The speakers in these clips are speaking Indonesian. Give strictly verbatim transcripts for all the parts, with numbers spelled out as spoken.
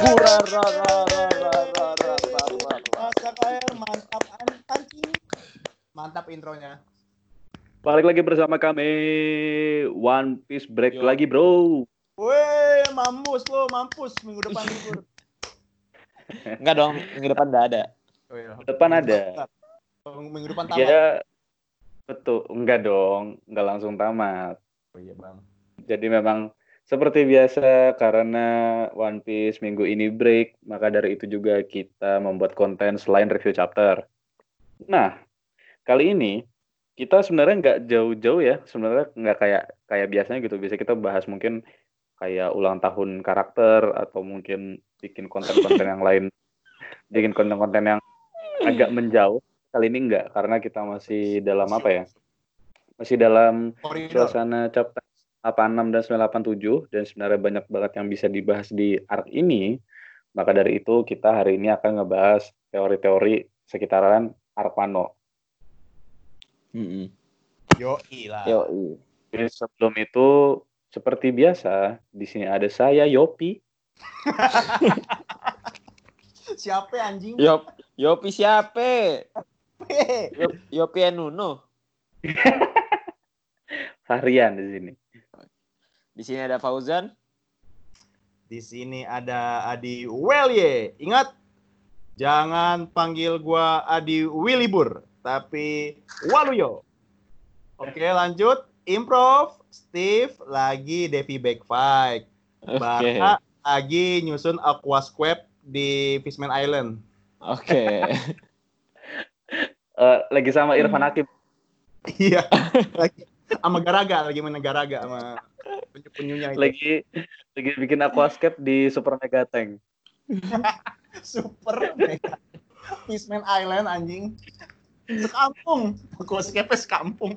ra ra ra ra ra ra ra ra ra. Masak air, mantap anjing. Mantap intronya. Balik lagi bersama kami One Piece break Yo. lagi, bro. Weh, mampus lo, mampus minggu depan libur. Enggak dong, minggu depan enggak ada. Oh, iya. Minggu depan Minggu ada. depan, minggu depan tamat. Ya, betul. Enggak dong, enggak langsung tamat. Oh iya, Bang. Jadi memang seperti biasa karena One Piece minggu ini break, maka dari itu juga kita membuat konten selain review chapter. Nah, kali ini kita sebenarnya nggak jauh-jauh ya, sebenarnya nggak kayak kayak biasanya gitu. Biasa kita bahas mungkin kayak ulang tahun karakter atau mungkin bikin konten-konten yang lain, bikin konten-konten yang agak menjauh. Kali ini enggak, karena kita masih dalam apa ya? Masih dalam Koridor. suasana chapter delapan puluh enam dan sembilan delapan tujuh, dan sebenarnya banyak banget yang bisa dibahas di arc ini. Maka dari itu kita hari ini akan ngebahas teori-teori sekitaran arc Wano. Heeh. Yo, lah. Yo. Jadi sebelum itu seperti biasa di sini ada saya Yopi. Siapa anjing? Yop, Yopi siapa? Heh. Yop, Yopi Enuno. Harian di sini. Di sini ada Fauzan. Di sini ada Adi Welye. Ingat, jangan panggil gua Adi Wilibur, tapi Waluyo. Oke, lanjut. Improv. Steve lagi Devi Backfight. Oke. Bara lagi nyusun Aquasquap di Fishman Island. Oke. Uh, lagi sama Irfan Hakim. Iya. Lagi sama Garaga, lagi main Garaga sama penyu-penyunya itu. Lagi lagi bikin aquascape di Super Mega Tank. Super mega. Fishman Island anjing. Sekampung. Aquascape sekampung.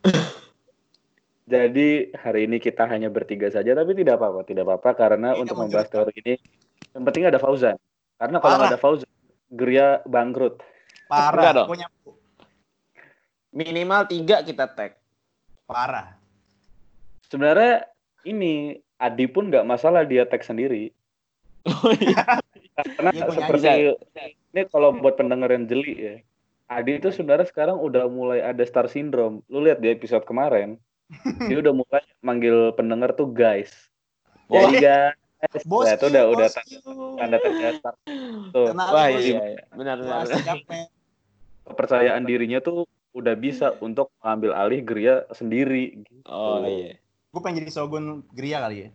Jadi hari ini kita hanya bertiga saja, tapi tidak apa-apa, tidak apa-apa karena Ini untuk mau membahas cerita. teori ini yang penting ada Fauzan. Karena kalau nggak Parah. ada Fauzan, Geria bangkrut. Parah. Enggak dong. Gua nyampu. Minimal tiga kita tag. Parah. Sebenarnya ini Adi pun nggak masalah dia tag sendiri. Oh iya. Karena Iya, punya seperti ini kalau buat pendengar yang jeli ya, Adi itu sebenarnya sekarang udah mulai ada star syndrome. Lu lihat di episode kemarin, dia udah mulai manggil pendengar tuh guys. Jadi guys, Bos nah, itu udah udah bos tanda, tanda tanda star tuh. Kenal Wah bos. iya, iya. Benar benar. Gua siap, men. Kepercayaan dirinya tuh udah bisa untuk mengambil alih Geria sendiri. Gitu. Oh iya. Gue pengen jadi Shogun Gria kali ya.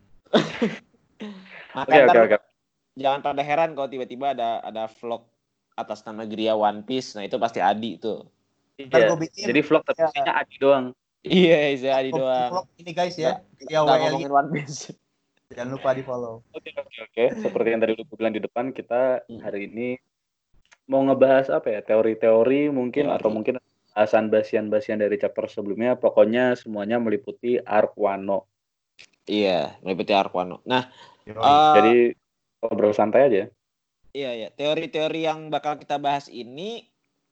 Maka Oke ntar oke oke. jangan pada heran kalau tiba-tiba ada ada vlog atas nama Gria One Piece. Nah itu pasti Adi tuh. Ntar Iya. gua bikin. Jadi vlog tapi Ya. isinya Adi doang. Iya, Isi Adi Gua bikin doang. vlog ini guys ya. Gria Nggak W L Y. ngomongin One Piece. Jangan lupa di follow. Oke oke oke. Seperti yang tadi lu bilang di depan, kita Hmm. hari ini mau ngebahas apa ya? Teori-teori mungkin Teori. atau mungkin bahasan basian-basian dari chapter sebelumnya. Pokoknya semuanya meliputi arc Wano. Iya, meliputi arc Wano. Nah, Yoi. eh, Jadi ngobrol santai aja. iya ya, teori-teori yang bakal kita bahas ini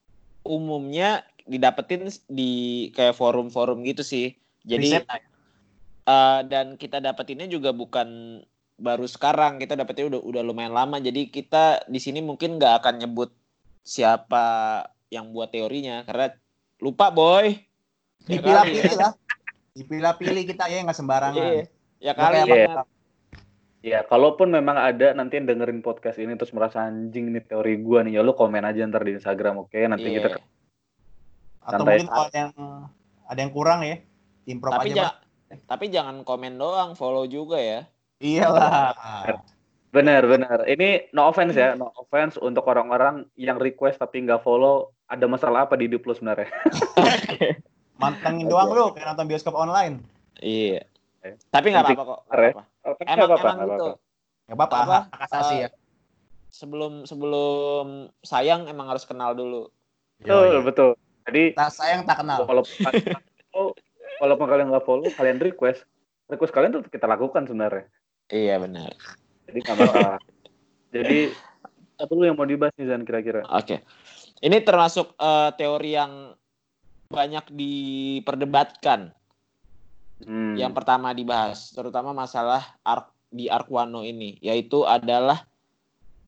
umumnya didapetin di kayak forum-forum gitu sih. Jadi Riset aja. eh, dan kita dapetinnya juga bukan baru sekarang, kita dapetnya udah udah lumayan lama. Jadi kita di sini mungkin nggak akan nyebut siapa yang buat teorinya karena lupa boy. Ya kali Dipilah-pilih ya. lah. Dipilah-pilih kita ya nggak sembarangan. Iya, ya Nggak kali kayak Iya. ya. Ya, kalaupun memang ada nanti yang dengerin podcast ini terus merasa anjing nih teori gua nih, ya lu komen aja ntar di Instagram, oke? Nanti Iya. kita Atau santai. mungkin kalau ada yang ada yang kurang ya, improv Tapi aja. ja- Bang. tapi jangan komen doang, follow juga ya. Iyalah. Benar, benar. Ini no offense ya, no offense untuk orang-orang yang request tapi nggak follow. Ada masalah apa di hidup lu sebenarnya? Mantengin doang lu kayak nonton bioskop online. Iya. Oke. Tapi nggak Nanti apa-apa kok. nggak ya. apa-apa. Oh, tapi Emang nggak apa-apa, emang nggak gitu. apa-apa. Enggak apa-apa, Apa? hak asasi Eh, ya. Sebelum sebelum sayang emang harus kenal dulu. Betul, Yoi. betul. Jadi Tak sayang tak kenal. walaupun kalian nggak follow, walaupun kalian nggak follow, kalian request, request kalian tuh kita lakukan sebenarnya. Iya benar. Jadi nggak masalah. Jadi apa dulu yang mau dibahas nih Zan kira-kira? Oke. Ini termasuk eh, teori yang banyak diperdebatkan. Hmm. Yang pertama dibahas, terutama masalah arc di arc Wano ini, yaitu adalah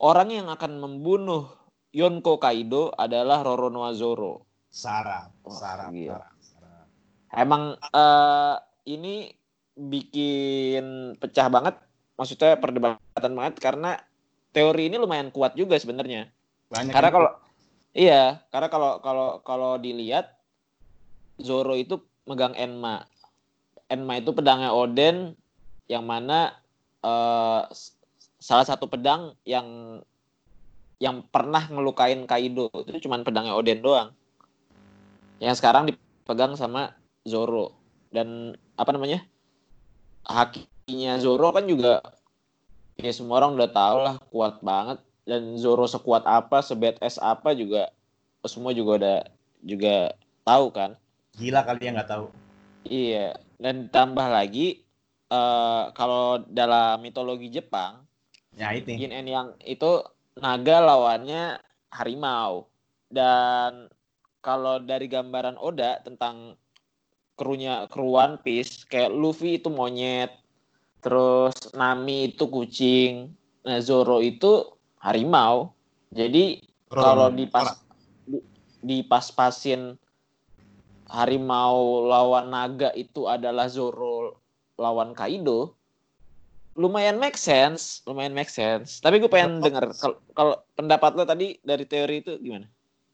orang yang akan membunuh Yonko Kaido adalah Roronoa Zoro. Sarap, Wah, sarap, gila. sarap, sarap. Emang uh, ini bikin pecah banget, maksudnya perdebatan banget karena teori ini lumayan kuat juga sebenarnya. Banyak Karena yang- kalau iya, karena kalau kalau kalau dilihat Zoro itu megang Enma. Enma itu pedangnya Oden yang mana uh, salah satu pedang yang yang pernah ngelukain Kaido. Itu cuma pedangnya Oden doang. Yang sekarang dipegang sama Zoro. Dan apa namanya? Hakinya Zoro kan juga ya semua orang udah tahu lah kuat banget. Dan Zoro sekuat apa, sebadass apa juga semua juga udah juga tahu kan. Gila kali yang nggak tahu. Iya, dan tambah lagi uh, kalau dalam mitologi Jepang, Ya itu. Yin and Yang itu naga lawannya harimau. Dan kalau dari gambaran Oda tentang krunya kru One Piece, kayak Luffy itu monyet, terus Nami itu kucing, nah Zoro itu harimau. Jadi kalau dipas di, dipas-pasin harimau lawan naga itu adalah Zoro lawan Kaido, lumayan make sense, lumayan make sense. Tapi gue pengen denger kalau kalau pendapat lo tadi dari teori itu gimana?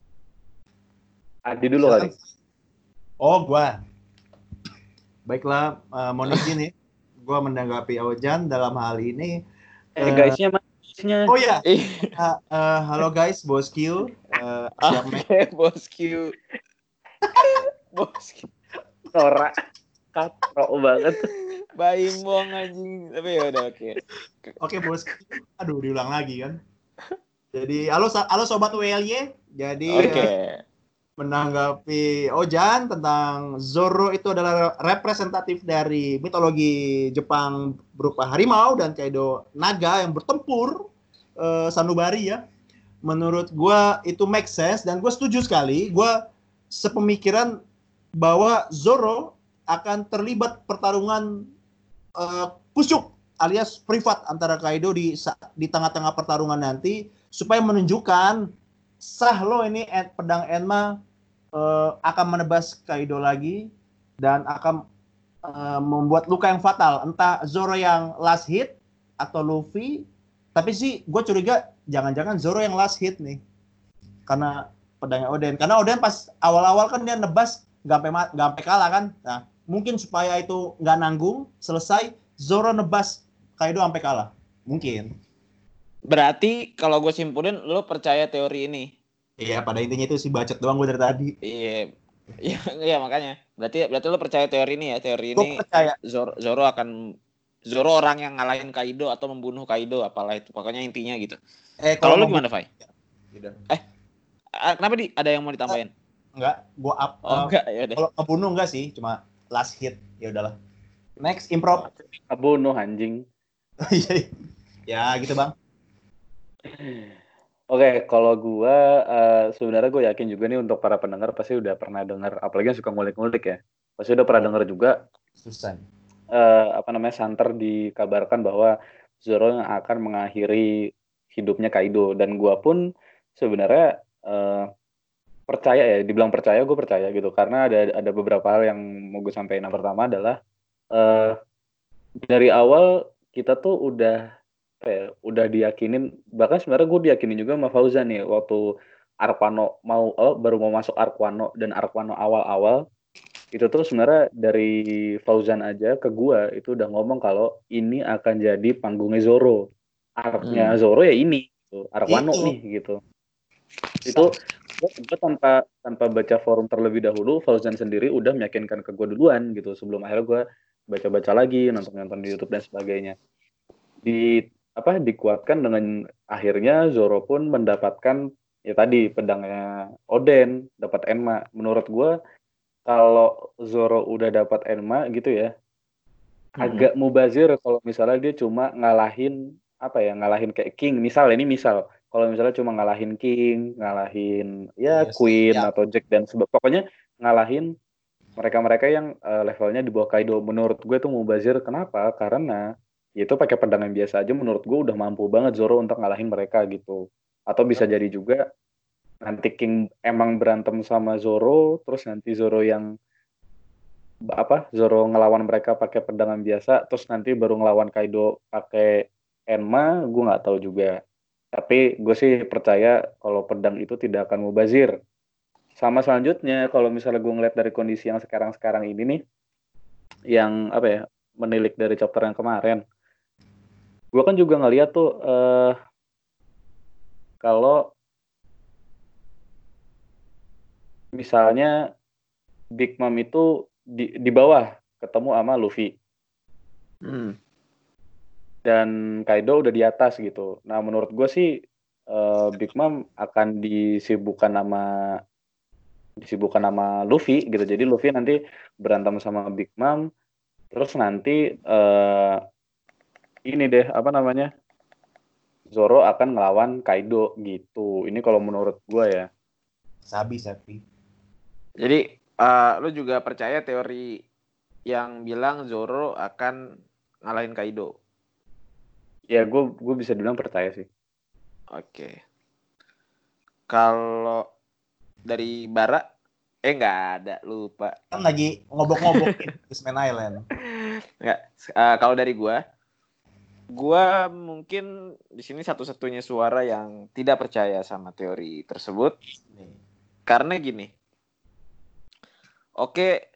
Adi dulu kali. Oh, gua. Baiklah, uh, mohon izin ya. Gua menanggapi Ojan dalam hal ini. Eh uh, guysnya guysnya. Oh ya. Uh, uh, halo guys, Bos Q. Uh, siap Oke, okay, Bos Q. Bos Q. Norak. Katrok banget. Baimbong anjing. Tapi ya udah oke. Okay. Oke, okay, Bos Q. Aduh, diulang lagi kan. Jadi, halo halo sobat W L Y. Jadi okay. uh, menanggapi Ojan tentang Zoro itu adalah representatif dari mitologi Jepang berupa harimau dan Kaido naga yang bertempur uh, sanubari ya. Menurut gue itu make sense dan gue setuju sekali. Gue sepemikiran bahwa Zoro akan terlibat pertarungan uh, kusuk alias privat antara Kaido di di tengah-tengah pertarungan nanti supaya menunjukkan sah lo ini pedang Enma uh, akan menebas Kaido lagi dan akan uh, membuat luka yang fatal, entah Zoro yang last hit atau Luffy. Tapi sih gue curiga jangan-jangan Zoro yang last hit nih karena pedangnya Oden, karena Oden pas awal-awal kan dia nebas nggak sampai nggak sampai kalah kan. Nah mungkin supaya itu nggak nanggung selesai Zoro nebas Kaido sampai kalah mungkin. Berarti kalau gue simpulin, lo percaya teori ini? Iya, pada intinya itu sih bacot doang gue dari tadi. Iya, iya, iya makanya. Berarti berarti lo percaya teori ini ya? Teori ini percaya. Zoro, Zoro akan Zoro orang yang ngalahin Kaido atau membunuh Kaido, apalah itu. Pokoknya intinya gitu. Eh, kalau lo gimana, Fai? Ya, eh, kenapa di? Ada yang mau ditambahin? Enggak, gua up. Oh, uh, enggak, ya udah. Kalau ngebunuh enggak sih, cuma last hit. Ya udahlah. Next, improv. Ngebunuh anjing. Ya, gitu, Bang. Oke, okay, kalau gue uh, sebenarnya gue yakin juga nih untuk para pendengar pasti udah pernah dengar, apalagi yang suka ngulik-ngulik ya, pasti udah pernah dengar juga. Susan. Uh, apa namanya Santer dikabarkan bahwa Zoro yang akan mengakhiri hidupnya Kaido, dan gue pun sebenarnya uh, percaya ya, dibilang percaya gue percaya gitu, karena ada ada beberapa hal yang mau gue sampaikan. Yang pertama adalah uh, dari awal kita tuh udah ya, udah diyakinin, bahkan sebenarnya gue diyakinin juga sama Fauzan nih waktu Arkwano mau oh, baru mau masuk Arkwano dan Arkwano awal-awal itu tuh sebenarnya dari Fauzan aja ke gue itu udah ngomong kalau ini akan jadi panggungnya Zoro, arknya hmm. Zoro ya ini gitu. Arkwano itu. nih gitu. Itu gue tanpa tanpa baca forum terlebih dahulu, Fauzan sendiri udah meyakinkan ke gue duluan gitu sebelum akhirnya gue baca-baca lagi, nonton-nonton di YouTube dan sebagainya. Di apa dikuatkan dengan akhirnya Zoro pun mendapatkan ya tadi pedangnya Oden, dapat Enma. Menurut gue kalau Zoro udah dapat Enma gitu ya, mm-hmm. agak mubazir kalau misalnya dia cuma ngalahin apa ya, ngalahin kayak King misal, ini misal kalau misalnya cuma ngalahin King, ngalahin ya yes, Queen ya. Atau Jack dan sebagainya, pokoknya ngalahin mereka-mereka yang uh, levelnya di bawah Kaido. Menurut gue tuh mubazir. Kenapa? Karena itu pakai pedang yang biasa aja menurut gue udah mampu banget Zoro untuk ngalahin mereka gitu. Atau bisa jadi juga nanti King emang berantem sama Zoro, terus nanti Zoro yang apa Zoro ngelawan mereka pakai pedang yang biasa, terus nanti baru ngelawan Kaido pakai Enma, gue nggak tahu juga. Tapi gue sih percaya kalau pedang itu tidak akan mubazir. Sama selanjutnya, kalau misalnya gue ngeliat dari kondisi yang sekarang-sekarang ini nih, yang apa ya, menilik dari chapter yang kemarin, gue kan juga ngeliat tuh eh, kalau misalnya Big Mom itu di, di bawah ketemu sama Luffy Hmm. dan Kaido udah di atas gitu. Nah menurut gue sih eh, Big Mom akan disibukkan sama disibukkan sama Luffy gitu. Jadi Luffy nanti berantem sama Big Mom, terus nanti eh, ini deh apa namanya Zoro akan ngelawan Kaido gitu. Ini kalau menurut gue ya. Sabi sabi. Jadi uh, lu juga percaya teori yang bilang Zoro akan ngalahin Kaido? Ya gue gue bisa dibilang percaya sih. Oke. Kalau dari Bara, eh nggak ada, lupa. Kan lagi ngobok-ngobokin Fishman Island. Nggak. Uh, kalau dari gua, gua mungkin di sini satu-satunya suara yang tidak percaya sama teori tersebut. Nih. Karena gini. Oke,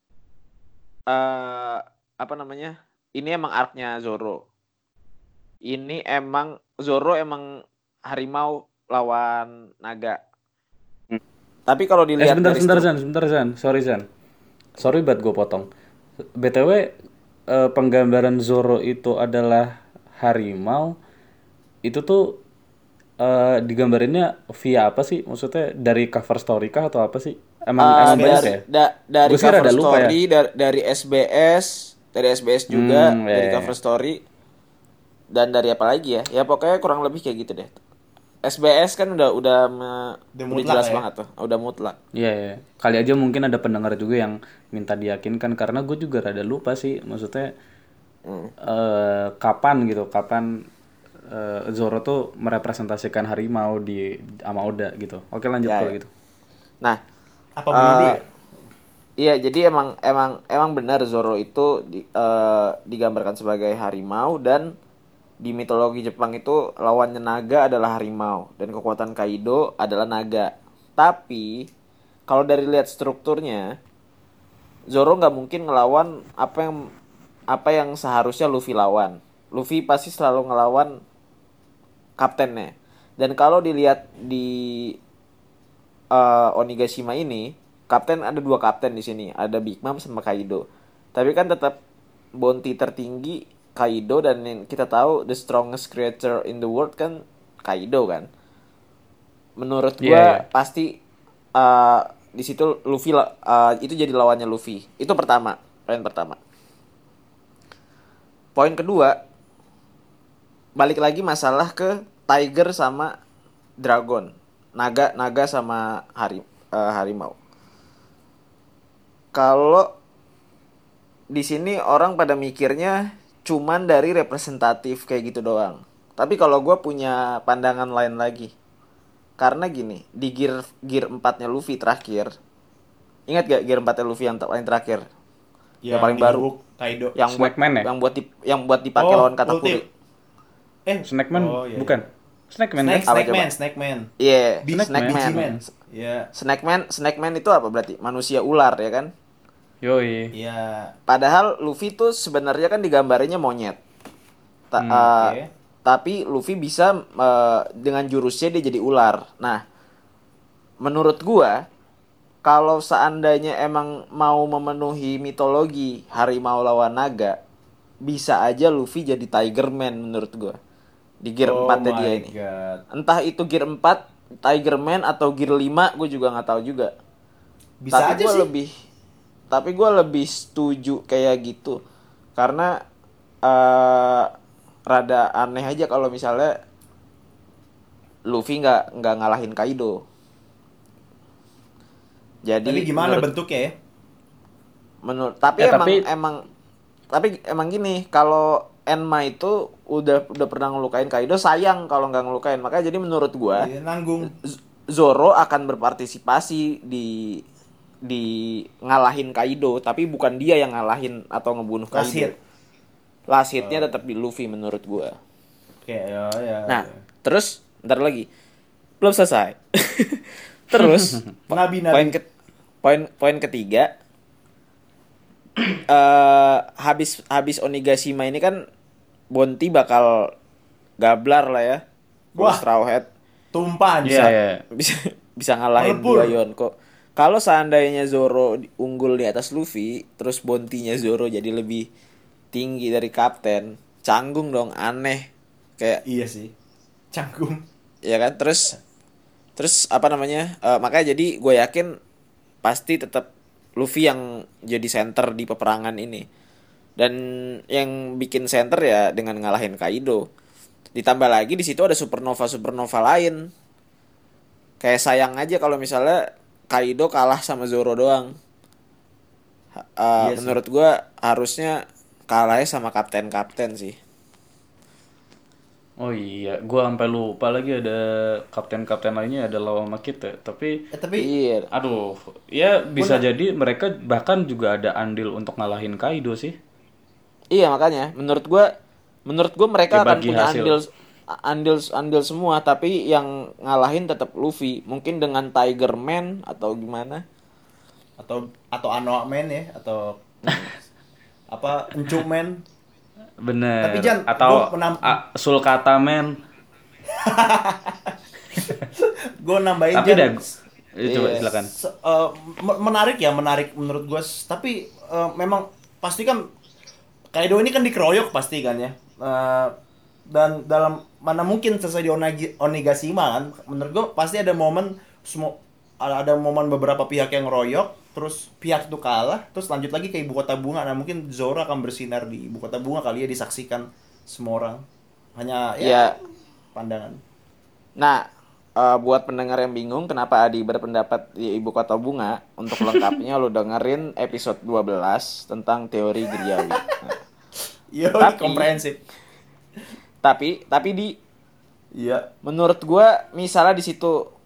uh, apa namanya? Ini emang arc-nya Zoro. Ini emang Zoro emang harimau lawan naga. Hmm. Tapi kalau Eh dilihat sebentar dari sebentar stru- Zan, sebentar Zan. Sorry Zan. Sorry buat gue potong. B T W eh, penggambaran Zoro itu adalah harimau. Itu tuh eh, digambarinnya via apa sih? Maksudnya dari cover story kah atau apa sih? Emang Uh, emang banyak dari ya? da- dari Gue sih cover rada lupa ya. story dari, dari S B S dari S B S juga Hmm, ya, dari ya, cover ya. story dan dari apa lagi ya ya pokoknya kurang lebih kayak gitu deh. S B S kan udah udah me- Udah udah mutlak jelas lah ya. banget tuh udah mutlak. Iya, ya. Kali aja mungkin ada pendengar juga yang minta diyakinkan karena gue juga rada lupa sih. Maksudnya Hmm. eh, kapan gitu, kapan eh, Zoro tuh merepresentasikan harimau di sama Oda gitu. Oke lanjut Ya, kalau ya. gitu. Nah, Apa bunuh uh, dia? iya jadi emang emang emang benar Zoro itu di, uh, digambarkan sebagai harimau dan di mitologi Jepang itu lawannya naga adalah harimau dan kekuatan Kaido adalah naga. Tapi kalau dari lihat strukturnya, Zoro nggak mungkin ngelawan apa yang apa yang seharusnya Luffy lawan. Luffy pasti selalu ngelawan kaptennya. Dan kalau dilihat di uh, Onigashima ini, kapten ada dua kapten di sini, ada Big Mom sama Kaido. Tapi kan tetap bounty tertinggi Kaido dan yang kita tahu the strongest creature in the world kan Kaido kan. Menurut Iya, gua iya. pasti uh, di situ Luffy uh, itu jadi lawannya Luffy. Itu pertama, poin pertama. Poin kedua, balik lagi masalah ke Tiger sama Dragon. Naga naga sama hari uh, harimau. Kalau di sini orang pada mikirnya cuman dari representatif kayak gitu doang. Tapi kalau gue punya pandangan lain lagi. Karena gini, di gear gear empatnya Luffy terakhir. Ingat gak gear empatnya Luffy yang paling terakhir? Yang, yang paling baru. Kaido. Yang buat Snackman ya? yang buat di, yang buat dipakai Oh, lawan Katakuri. ulti. Eh, Snackman oh, iya, bukan? iya. Snackman Snack, kan? Apa Snackman, coba? Snackman. Iya, yeah, Big Snackman. Snackman. Iya. Snackman, Snackman itu apa berarti? Manusia ular ya kan? Yoi. Iya. Padahal Luffy tuh sebenarnya kan digambarnya monyet. Ta- Hmm, uh, Oke. Tapi Luffy bisa uh, dengan jurusnya dia jadi ular. Nah, menurut gua kalau seandainya emang mau memenuhi mitologi harimau lawan naga, bisa aja Luffy jadi Tiger Man menurut gua. Di gear Oh empatnya dia my ini. god. Entah itu gear empat Tiger Man atau gear lima gue juga nggak tahu juga. Bisa Tapi aja gue sih. lebih tapi gue lebih setuju kayak gitu. Karena uh, rada aneh aja kalau misalnya Luffy nggak nggak ngalahin Kaido. Jadi Tapi gimana menurut, bentuknya ya? menurut tapi Ya, emang tapi- emang tapi emang gini, kalau Enma itu udah udah pernah ngelukain Kaido, sayang kalau nggak ngelukain. Makanya jadi menurut gua Iya, nanggung. Zoro akan berpartisipasi di di ngalahin Kaido, tapi bukan dia yang ngalahin atau ngebunuh Last Kaido. hit. Last hitnya tetap di Luffy menurut gua. Oke, ya ya. Nah, terus ntar lagi belum selesai. Terus Nabi-nabi. poin ke, poin poin ketiga, eh habis habis Onigashima ini kan Bonti bakal gablar lah ya. Full Wah. Straw Hat Tumpah Iya, bisa. iya. bisa bisa ngalahin Melebur. dua Yonko. Kalau seandainya Zoro di- unggul di atas Luffy, terus Bontinya Zoro jadi lebih tinggi dari kapten, canggung dong, aneh. Kayak Iya sih. Canggung. ya kan, terus terus apa namanya? eh, makanya jadi gue yakin pasti tetap Luffy yang jadi center di peperangan ini. Dan yang bikin center ya dengan ngalahin Kaido. Ditambah lagi di situ ada supernova supernova lain. Kayak sayang aja kalau misalnya Kaido kalah sama Zoro doang. Ha- uh, Iya sih. menurut gua harusnya kalahnya sama kapten-kapten sih. Oh iya, gua sampai lupa lagi ada kapten-kapten lainnya ada lawan sama kita. Tapi Eh, tapi Iya. aduh, ya bisa jadi mereka bahkan juga ada andil untuk ngalahin Kaido sih. Iya makanya menurut gua menurut gua mereka Ya, akan bagi punya hasil. andil andil andil semua, tapi yang ngalahin tetap Luffy. Mungkin dengan Tiger Man atau gimana. atau atau Anoa Man ya atau apa Encuk Man. Bener. Tapi, Jan, atau gua menam- a- Sulcata Man. Gue nambahin Tapi Jan, dah eh, coba Iya. silakan. se- eh, me- menarik ya, menarik menurut gue. Tapi eh, memang pasti kan Kaido ini kan dikeroyok pasti kan ya. Eh, dan dalam mana mungkin selesai di Onagi- Onigashima kan. Menurut gue pasti ada momen semua ada ada momen beberapa pihak yang ngeroyok, terus pihak itu kalah, terus lanjut lagi ke Ibu Kota Bunga. Nah, mungkin Zoro akan bersinar di Ibu Kota Bunga kali ya, disaksikan semua orang. Hanya ya, Iya. pandangan. Nah, eh, buat pendengar yang bingung kenapa Adi berpendapat di Ibu Kota Bunga, untuk lengkapnya lo dengerin episode dua belas tentang teori Giriawi. Nah, Iya, Tapi- komprehensif. tapi tapi di Iya. menurut gua misalnya di situ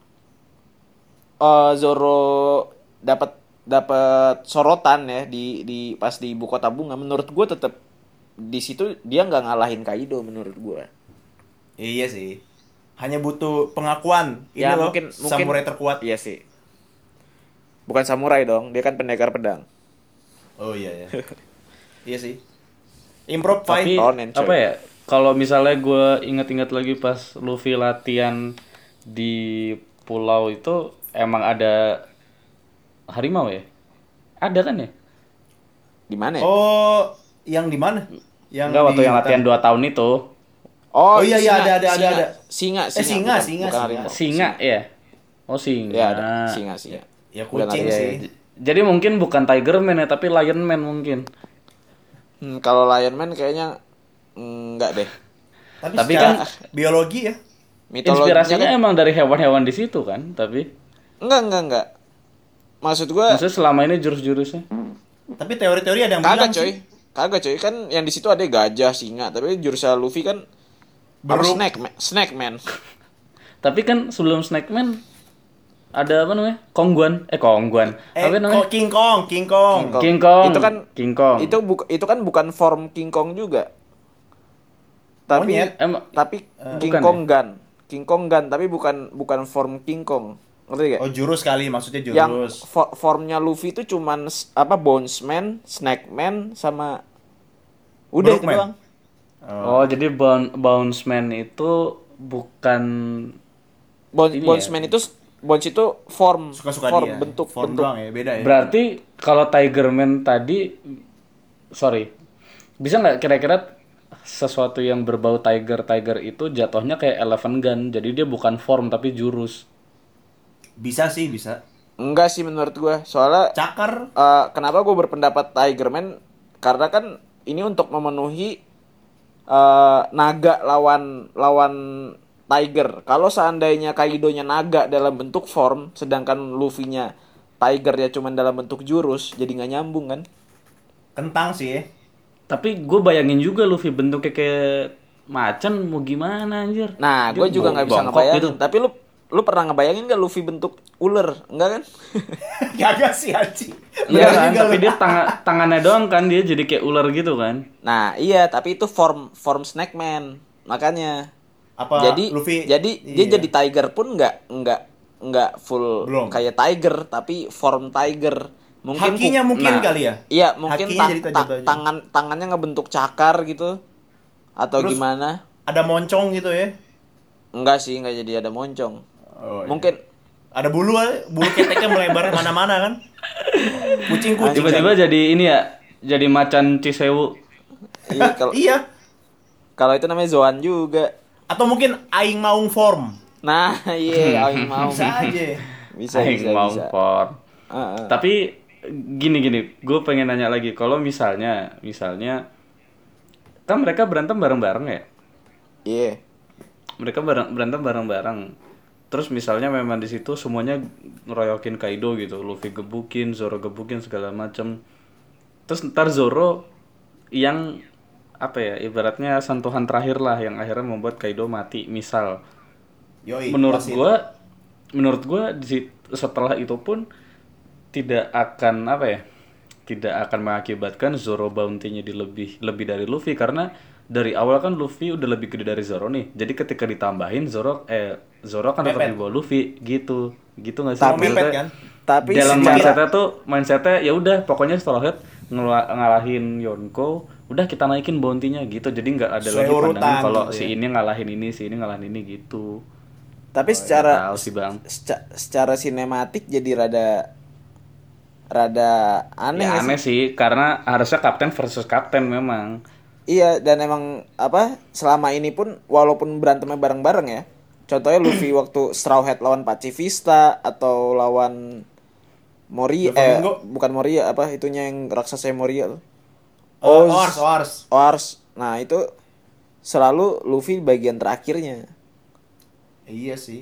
eh, Zoro dapat dapat sorotan ya di di pas di Ibu Kota Bunga, menurut gua tetap di situ dia nggak ngalahin Kaido menurut gua. Iya sih. Hanya butuh pengakuan. Ini Ya, loh, mungkin- mungkin- samurai terkuat. Iya sih. Bukan samurai dong, dia kan pendekar pedang. Oh iya ya. Iya sih. Improv fight. Tapi Ronin, coy. apa ya? Kalau misalnya gue inget-inget lagi pas Luffy latihan di pulau itu emang ada harimau ya? Ada kan ya? Di mana ya? Oh, yang di mana? Yang Enggak, waktu di yang latihan dua tahun itu. Oh, Oh, iya, iya, singa, ada, ada, ada, singa, ada. Singa, Eh, singa, bukan- singa, bukan singa. harimau. Singa ya? Oh singa. Ya ada, singa, singa. Ya Bukan kucing harimau. sih. J- Jadi mungkin bukan Tiger Man ya, tapi Lion Man mungkin. Hmm, kalau Lion Man kayaknya mm, enggak deh. Tapi, Tapi secara kan- biologi ya. Mitologinya Inspirasinya kan emang dari hewan-hewan di situ kan, tapi enggak, enggak, enggak. Maksud gua maksudnya selama ini jurus-jurusnya. Tapi teori-teori ada yang kagak bilang coy. sih. Kagak coy, kan yang di situ ada gajah, singa, tapi jurusnya Luffy kan apa, Beruk. snack, ma- snack man. Tapi kan sebelum Snackman ada apa namanya? Kongguan. Eh Kongguan. Eh, apa namanya? kok King Kong, King Kong. King Kong. King Kong. Itu kan King Kong. Itu buka, itu kan bukan form King Kong juga. Tapi Monyet. Emang tapi King bukan Kong ya? Gun. King Kong Gun tapi bukan bukan form King Kong. Ngerti gak? Oh, jurus kali maksudnya Yang jurus. fo- formnya Luffy itu cuman s- apa Bonesman, Snackman sama udah itu Brookman. doang. Oh, jadi Boun- Bounce Man itu bukan Bon- Ini Bonesman itu s- Bones itu form Suka-suka form dia. bentuk Form bentuk. doang ya, beda ya. berarti kalau Tiger Man tadi sorry. Bisa nggak kira-kira sesuatu yang berbau tiger tiger itu jatuhnya kayak Elephant Gun. Jadi dia bukan form tapi jurus. Bisa sih, bisa. Enggak sih menurut gua. Soalnya Cakar. eh, kenapa gue berpendapat Tiger Man? Karena kan ini untuk memenuhi eh, naga lawan lawan Tiger. Kalau seandainya Kaido-nya naga dalam bentuk form, sedangkan Tapi gue bayangin juga Luffy bentuknya kayak macan, mau gimana anjir? Nah, gue Dia juga nggak bisa bongkok ngebayangin. gitu. Tapi lu lu pernah ngebayangin nggak Luffy bentuk ular? Enggak kan? Kagak sih anjing. Iya Bener kan, juga tapi lu. dia tangan tangannya doang kan dia jadi kayak ular gitu kan. Nah, iya, tapi itu form form Snake Man. Makanya. Apa jadi Luffy? jadi dia Iya. jadi tiger pun nggak nggak nggak full Belum. kayak tiger, tapi form tiger. Mungkin Hakinya ku- mungkin nah, kali ya. Iya, mungkin Hakinya ta- jadi ta- tajam-tajam. tangan tangannya ngebentuk cakar gitu atau Terus- gimana? Ada moncong gitu ya. Enggak sih, enggak jadi ada moncong. Oh, iya. Mungkin Ada bulu, bulu keteknya melebar mana-mana kan. Kucing-kucing. Tiba-tiba kan? jadi ini ya, jadi macan Cisewu. iya kalau Iya. kalau itu namanya Zoan juga. Atau mungkin aing maung form. Nah, iya, aing mau. Bisa aja. Bisa, Aing bisa, mau bisa. por. Heeh. Tapi gini-gini, gue pengen nanya lagi. Kalau misalnya, misalnya, kan mereka berantem bareng-bareng ya? Iya. Mereka bareng, berantem bareng-bareng. Terus misalnya memang di situ semuanya ngeroyokin Kaido gitu, Luffy gebukin, Zoro gebukin segala macem. Terus ntar Zoro yang apa ya, ibaratnya sentuhan terakhir lah yang akhirnya membuat Kaido mati. Misal, Yoi, menurut wasit. gua, menurut gua di sit- setelah itu pun tidak akan apa ya, tidak akan mengakibatkan Zoro bounty-nya di lebih lebih dari Luffy karena dari awal kan Luffy udah lebih gede dari Zoro nih. Jadi ketika ditambahin Zoro eh Zoro kan tetap Mepet. di bawah Luffy gitu. Gitu nggak sih? Tapi Maksudnya, mepet kan? Tapi dalam secara mindsetnya tuh mindsetnya ya udah pokoknya setelah Head ngela- ngalahin Yonko, udah kita naikin bounty-nya gitu. Jadi nggak ada Sesuai lagi pandangan urutan kalau gitu si ya. ini ngalahin ini, si ini ngalahin ini gitu. tapi Nggak secara tahu sih bang. seca- secara sinematik jadi rada rada aneh, Ya nggak aneh sih? sih karena harusnya kapten versus kapten memang. Iya, dan emang apa selama ini pun walaupun berantemnya bareng-bareng ya. Contohnya Luffy waktu Straw Hat lawan Pacifista atau lawan Moria eh Doflamingo. bukan Moria apa itunya yang raksasa Moria tuh. Oh, Ors, Ors. Ors. Nah, itu selalu Luffy bagian terakhirnya. Iya sih.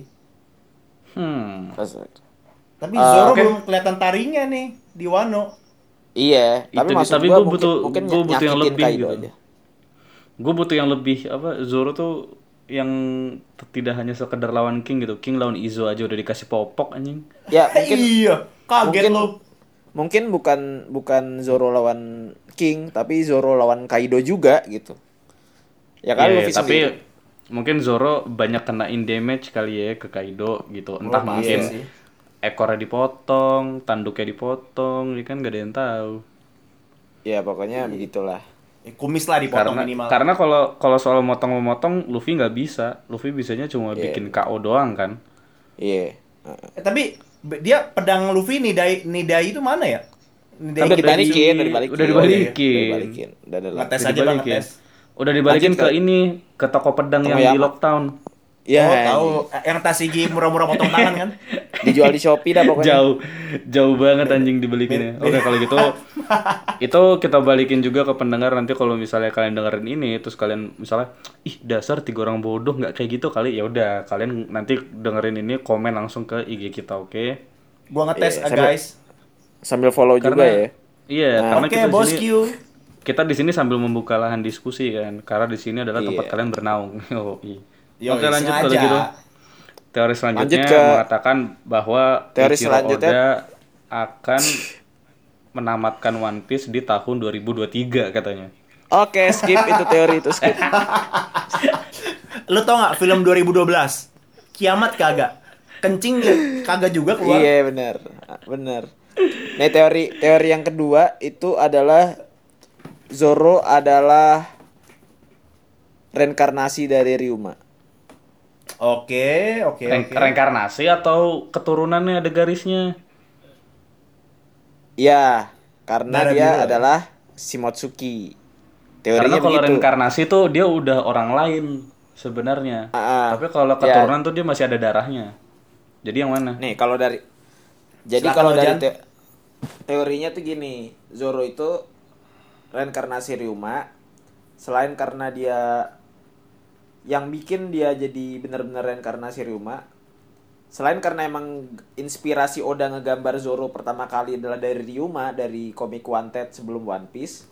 Hmm. Tapi Ah, Zoro oke. belum kelihatan taringnya nih di Wano. Iya, tapi Itu- maksud tapi gua gua mungkin, butuh- mungkin gua butuh yang nyakitin lebih Kaido gitu. aja. Gue butuh yang lebih apa Zoro tuh yang t- tidak hanya sekedar lawan King gitu. King lawan Izo aja udah dikasih popok anjing. Ya, mungkin iya, kaget mungkin lo. mungkin bukan bukan Zoro lawan King, tapi Zoro lawan Kaido juga gitu. Ya kan Iya, Luffy tapi sendiri. mungkin Zoro banyak kenain damage kali ya ke Kaido gitu. Entah Oh, mungkin iya sih. ekornya dipotong, tanduknya dipotong, ini kan gak ada yang tahu. Ya pokoknya begitulah. Eh, kumis lah dipotong Karena minimal. karena kalau kalau soal motong-memotong Luffy nggak bisa. Luffy bisanya cuma Iya. bikin K O doang kan. Iya. Eh, tapi be- dia pedang Luffy nidai nidai itu mana ya? Nidai Udah kita dibalikin, di- udah dibalikin. Udah dibalikin. Udah dibalikin. Udah ada Ngetes Udah aja bang, dibalikin. ngetes. Udah dibalikin Lanjut ke ke- ini ke toko pedang yang Tomoyama. di Lockdown. Ya, Oh tahu, Eh, yang Tasigi murah-murah potong tangan kan? dijual di Shopee dah pokoknya. Jauh, jauh banget anjing dibalikinnya. Oke kalau gitu, itu kita balikin juga ke pendengar nanti kalau misalnya kalian dengerin ini, terus kalian misalnya, ih dasar tiga orang bodoh nggak kayak gitu kali, ya udah kalian nanti dengerin ini komen langsung ke I G kita, oke? Gua ngetes Iya, ah, sambil- guys. Sambil follow juga ya. Iya, Nah, karena Oke, kita di bos sini, Q. kita di sini sambil membuka lahan diskusi kan, karena di sini adalah tempat Iya. kalian bernaung. Oh, iya. Yo, Oke lanjut kalau sengaja. gitu. Teori selanjutnya Lanjut ke- mengatakan bahwa teori Ichiro selanjutnya. Oda akan menamatkan One Piece di tahun dua ribu dua puluh tiga katanya. Oke, skip itu teori itu skip. Lu tau gak film dua ribu dua belas? Kiamat kagak? Kencing gak? Kagak juga keluar? Iya benar, benar. Nah teori teori yang kedua itu adalah Zoro adalah reinkarnasi dari Ryuma. Oke, oke, Reng- oke. Reinkarnasi atau keturunannya ada garisnya? Ya, karena Darah dia biru ya? adalah Shimotsuki. Karena Teorinya kalau begitu. reinkarnasi tuh dia udah orang lain sebenarnya. Ah, ah. Tapi kalau Ya. keturunan tuh dia masih ada darahnya. Jadi yang mana? Nih kalau dari jadi Silakan, kalau dari Ojan. te- teorinya tuh gini, Zoro itu reinkarnasi Ryuma selain karena dia yang bikin dia jadi benar-benar reinkarnasi Ryuma. Selain karena emang inspirasi Oda ngegambar Zoro pertama kali adalah dari Ryuma dari komik Wanted sebelum One Piece.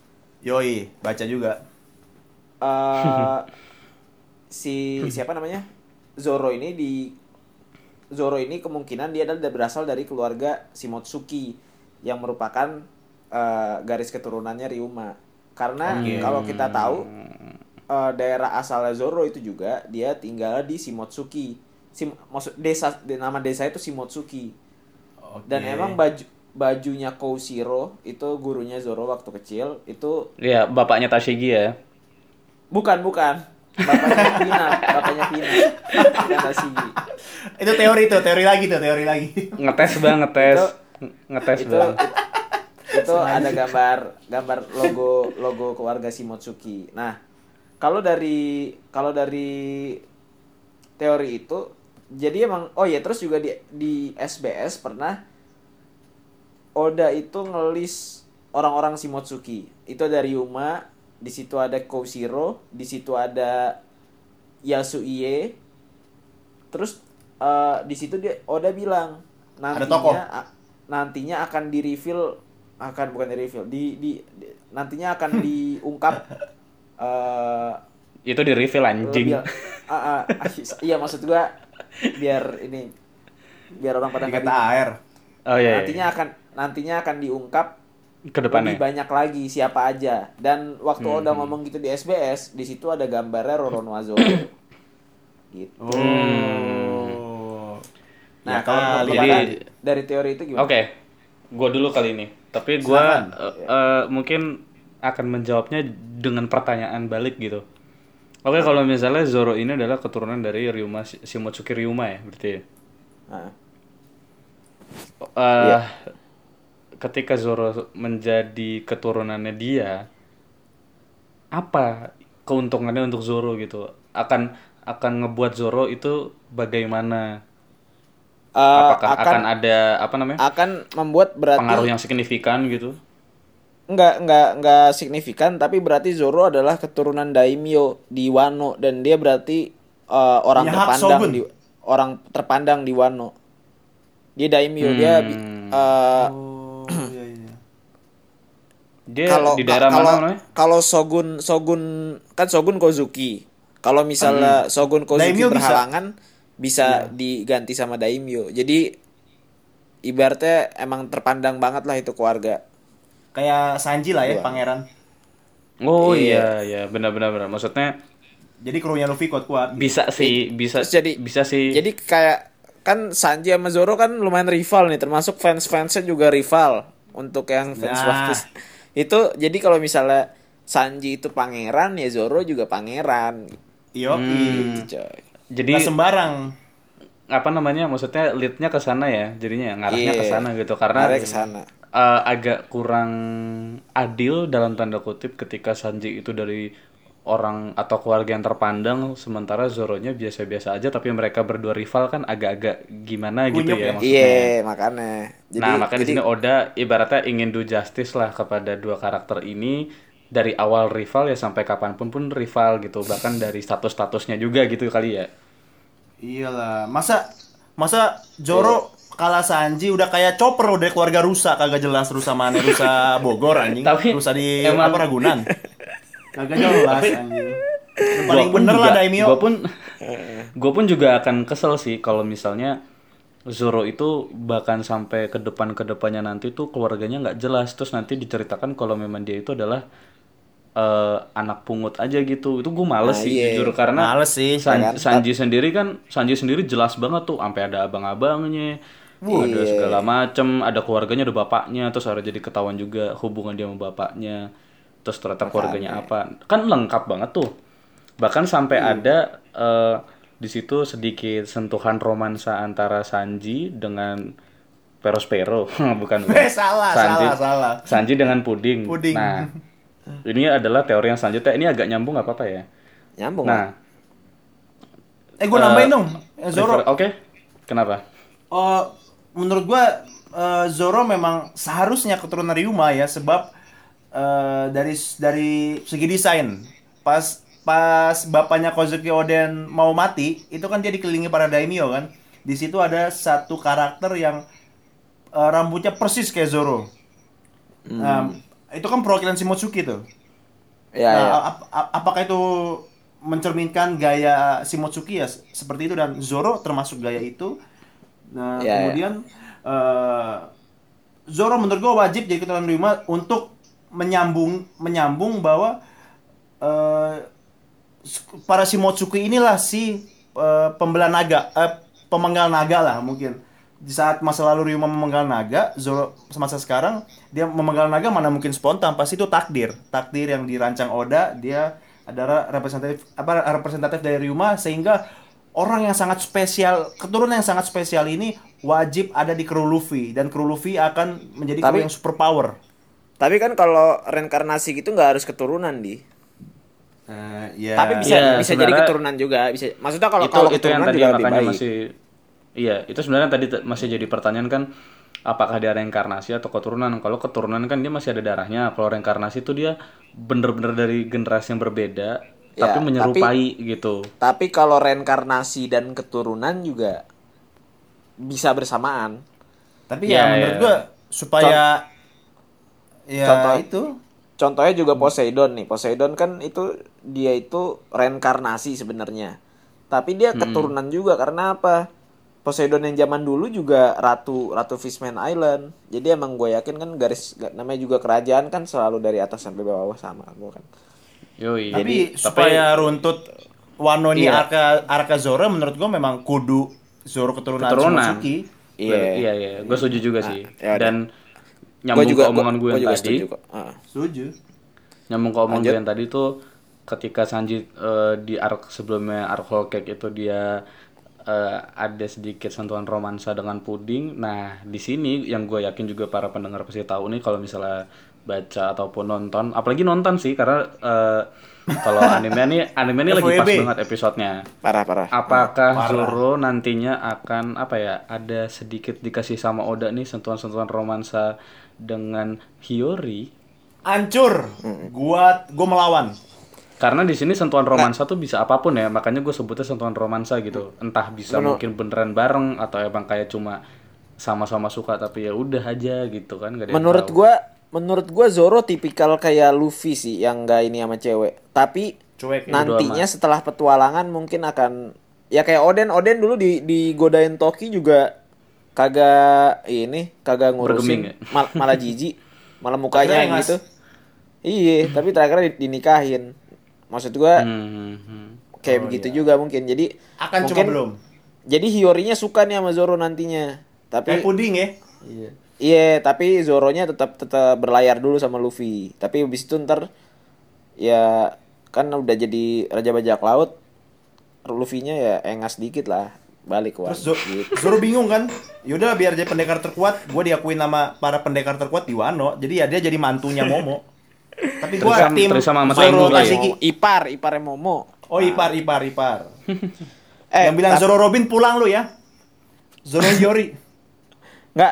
Yoi, baca juga. Eh, si siapa namanya? Zoro ini di Zoro ini kemungkinan dia adalah berasal dari keluarga Shimotsuki yang merupakan eh, garis keturunannya Ryuma. Karena Oke. kalau kita tahu eh, daerah asalnya Zoro itu juga dia tinggal di Shimotsuki. Sim, maksud desa de- nama desa itu Shimotsuki. Oke. Dan emang baju bajunya Koushiro itu gurunya Zoro waktu kecil itu Iya, bapaknya Tashigi ya. bukan bukan bapaknya Pina, bapaknya Pina. Bukan Tashigi. Itu teori tuh, teori lagi tuh, teori lagi. Ngetes bang, ngetes. Itu- Ngetes itu bang. itu ada gambar gambar logo logo keluarga Shimotsuki. Nah, kalau dari kalau dari teori itu jadi emang oh ya terus juga di di S B S pernah Oda itu ngelis orang-orang Shimotsuki. Itu ada Ryuma, di situ ada Koushiro, di situ ada Yasuie. Terus eh, di situ dia Oda bilang Ada tokoh. nantinya a- nantinya akan di reveal akan bukan di reveal di, di, di- nantinya akan diungkap eh Itu di reveal anjing. lebih ah, ah, iya maksud gua biar ini biar orang pada nggak Dikata bingung. air. Oh iya. nantinya akan nantinya akan diungkap Ke depannya. lebih banyak lagi siapa aja. Dan waktu Hmm, Oda hmm. ngomong gitu di S B S, di situ ada gambarnya Roronoa Zoro. Gitu. Oh. Nah, Ya kalau kali. menurut Jadi- Bapak, dari teori itu gimana? Oke, gue dulu kali ini. Tapi gue Silakan. mungkin akan menjawabnya dengan pertanyaan balik gitu. Oke, kalau misalnya Zoro ini adalah keturunan dari Ryuma Shimotsuki Ryuma ya, berarti. ya? Nah, Eh, Iya. Ketika Zoro menjadi keturunannya dia, apa keuntungannya untuk Zoro gitu? Akan akan ngebuat Zoro itu bagaimana? eh, Apakah akan, akan ada apa namanya akan membuat berarti pengaruh yang signifikan gitu? enggak enggak enggak signifikan, tapi berarti Zoro adalah keturunan daimyo di Wano dan dia berarti eh, orang Punya hak terpandang shogun. di orang terpandang di Wano. Dia daimyo, dia bi- Hmm. eh, Oh, iya iya. Dia kalau di daerah kalau mana namanya? kalau shogun shogun kan shogun Kozuki. Kalau misalnya shogun Kozuki Daimyo bisa. berhalangan bisa, diganti sama daimyo. Jadi ibaratnya emang terpandang banget lah itu keluarga. Kayak Sanji lah ya, Dua. pangeran. Oh Iya. iya iya benar-benar benar. Maksudnya Jadi krunya Luffy kuat-kuat. bisa sih bisa Terus jadi bisa sih. Jadi kayak kan Sanji sama Zoro kan lumayan rival nih, termasuk fans-fansnya juga rival untuk yang fans Nah. One Piece. Itu jadi kalau misalnya Sanji itu pangeran ya Zoro juga pangeran. Yoki. Hmm. Gitu, coy. Jadi Nggak sembarang. apa namanya? Maksudnya leadnya ke sana ya. Jadinya ngarahnya Iya. ke sana gitu karena Arahnya ke sana. eh, agak kurang adil dalam tanda kutip ketika Sanji itu dari orang atau keluarga yang terpandang sementara Zoronya biasa-biasa aja tapi mereka berdua rival kan agak-agak gimana gitu Kunyuk ya ya? maksudnya. Iya, makanya. Jadi, Nah, makanya di jadi sini Oda ibaratnya ingin do justice lah kepada dua karakter ini dari awal rival ya sampai kapanpun pun rival gitu, bahkan dari status-statusnya juga gitu kali ya. Iyalah. Masa masa Zoro kalah Sanji udah kayak Chopper udah keluarga rusa kagak jelas rusa mana rusa Bogor anjing. Tapi rusa di emang- apa Ragunan. Kagak jelas anjing. Yang paling Gua pun bener juga, lah Daimyo. Gua pun gua pun juga akan kesel sih kalau misalnya Zoro itu bahkan sampai ke depan ke depannya nanti tuh keluarganya nggak jelas terus nanti diceritakan kalau memang dia itu adalah eh, anak pungut aja gitu. Itu gue males Nah, sih iya. jujur karena Males sih, San- ya kan? Sanji sendiri kan Sanji sendiri jelas banget tuh sampai ada abang-abangnya. Ada Iya. segala macem, ada keluarganya, ada bapaknya, terus ada jadi ketahuan juga hubungan dia sama bapaknya. Terus ternyata keluarganya apa? Kan lengkap banget tuh. Bahkan sampai ada eh, di situ sedikit sentuhan romansa antara Sanji dengan Perospero, bukan bukan. Eh, salah, Sanji, salah, salah. Sanji dengan puding. Puding. Nah, ini adalah teori yang selanjutnya. Ini agak nyambung nggak apa-apa ya? nyambung. Nah, Eh gue nambahin dong. Eh, Zoro. refer- Oke, kenapa? Oh, menurut gua eh, Zoro memang seharusnya keturunan Ryuma ya sebab eh, dari dari segi desain pas pas bapaknya Kozuki Oden mau mati itu kan dia dikelilingi para daimyo kan. Di situ ada satu karakter yang eh, rambutnya persis kayak Zoro. Nah, itu kan perwakilan Shimotsuki tuh. Ya, nah, ya. ap- ap- apakah itu mencerminkan gaya Shimotsuki ya seperti itu, dan Zoro termasuk gaya itu. Nah, Ya, kemudian eh, Zoro menurut gue wajib jadi keturunan Ryuma untuk menyambung menyambung bahwa eh, para Shimotsuki inilah si eh, pembelah naga, eh, pemenggal naga lah mungkin. Di saat masa lalu Ryuma memenggal naga, Zoro semasa sekarang dia memenggal naga, mana mungkin spontan, pasti itu takdir. Takdir yang dirancang Oda, dia adalah representatif apa representatif dari Ryuma, sehingga orang yang sangat spesial, keturunan yang sangat spesial ini wajib ada di kru Luffy, dan kru Luffy akan menjadi kru Tapi- yang super power. Tapi kan kalau reinkarnasi gitu nggak harus keturunan di. Eh, ya. Tapi bisa Iya, bisa jadi sebenarnya keturunan juga. Bisa. Maksudnya kalau itu kalau itu yang keturunan tadi juga lebih makanya baik. masih iya itu sebenarnya tadi te- masih jadi pertanyaan kan, apakah dia reinkarnasi atau keturunan. Kalau keturunan kan dia masih ada darahnya, kalau reinkarnasi itu dia bener-bener dari generasi yang berbeda Ya, tapi menyerupai gitu. Tapi kalau reinkarnasi dan keturunan juga bisa bersamaan. Tapi Ya, ya menurut ya. gua supaya ya Contoh- itu Contohnya juga Poseidon nih. Poseidon kan itu dia itu reinkarnasi sebenarnya. Tapi dia keturunan juga karena apa? Poseidon yang zaman dulu juga ratu ratu Fishman Island. Jadi emang gue yakin kan garis namanya juga kerajaan kan selalu dari atas sampai bawah sama gue kan. Yoi. tapi supaya runtut Wano ini Iya. arka arka Zoro, menurut gua memang kudu Zoro keturunan, Keturunan. Shimotsuki. Iya. Iya iya, gue setuju juga sih. ya udah. Dan Gue nyambung juga ke omongan gue gua yang juga tadi, setuju kok. Ah. Setuju. nyambung ke omongan Lanjut. gue yang tadi tuh ketika Sanji eh, di arc sebelumnya, arc Whole Cake itu dia eh, ada sedikit sentuhan romansa dengan puding. Nah di sini yang gue yakin juga para pendengar pasti tahu nih, kalau misalnya baca ataupun nonton, apalagi nonton sih, karena eh, kalau anime nih anime nih lagi F W B. pas banget episodenya. Parah parah. Apakah Parah. Zoro nantinya akan apa ya, ada sedikit dikasih sama Oda nih sentuhan-sentuhan romansa dengan Hiyori? Hancur. Gua gua melawan. Karena di sini sentuhan romansa tuh bisa apapun ya, makanya gue sebutnya sentuhan romansa gitu. Entah bisa Menur- mungkin beneran bareng atau emang kayak cuma sama-sama suka tapi ya udah aja gitu kan. Gak ada yang Menurut tahu. gua menurut gua Zoro tipikal kayak Luffy sih yang enggak ini sama cewek. Tapi Cuek ya. nantinya Bodo amat. setelah petualangan mungkin akan ya kayak Oden Oden dulu di digodain Toki juga kagak ini kagak Bergeming ngurusin ya? mal- malah jijik malah mukanya Akhirnya ngas. gitu. Iya, tapi terakhir di- dinikahin. Maksud gua Hmm, hmm, hmm. kayak Oh, begitu iya. juga mungkin. Jadi Akan mungkin, cuma belum. Jadi Hiyorinya suka nih sama Zoro nantinya. Tapi Kayak puding ya. Iya. Iya, tapi Zoronya tetap tetap berlayar dulu sama Luffy. Tapi habis itu ntar ya kan udah jadi raja bajak laut. Luffy-nya ya engas dikit lah, balik ke Terus Wano. Zo- Gitu. Zoro bingung kan. Yaudah biar jadi pendekar terkuat, gua diakuin nama para pendekar terkuat di Wano. Jadi ya dia jadi mantunya Momo. Tapi gua Terus sama- tim terus sama Mas Zoro Ainul lah ya. Kasiki. Ipar, iparnya Momo. Oh, ipar ipar ipar. Eh, Yang bilang tapi- Zoro Robin pulang lu ya. Zoro Hiyori. Nggak,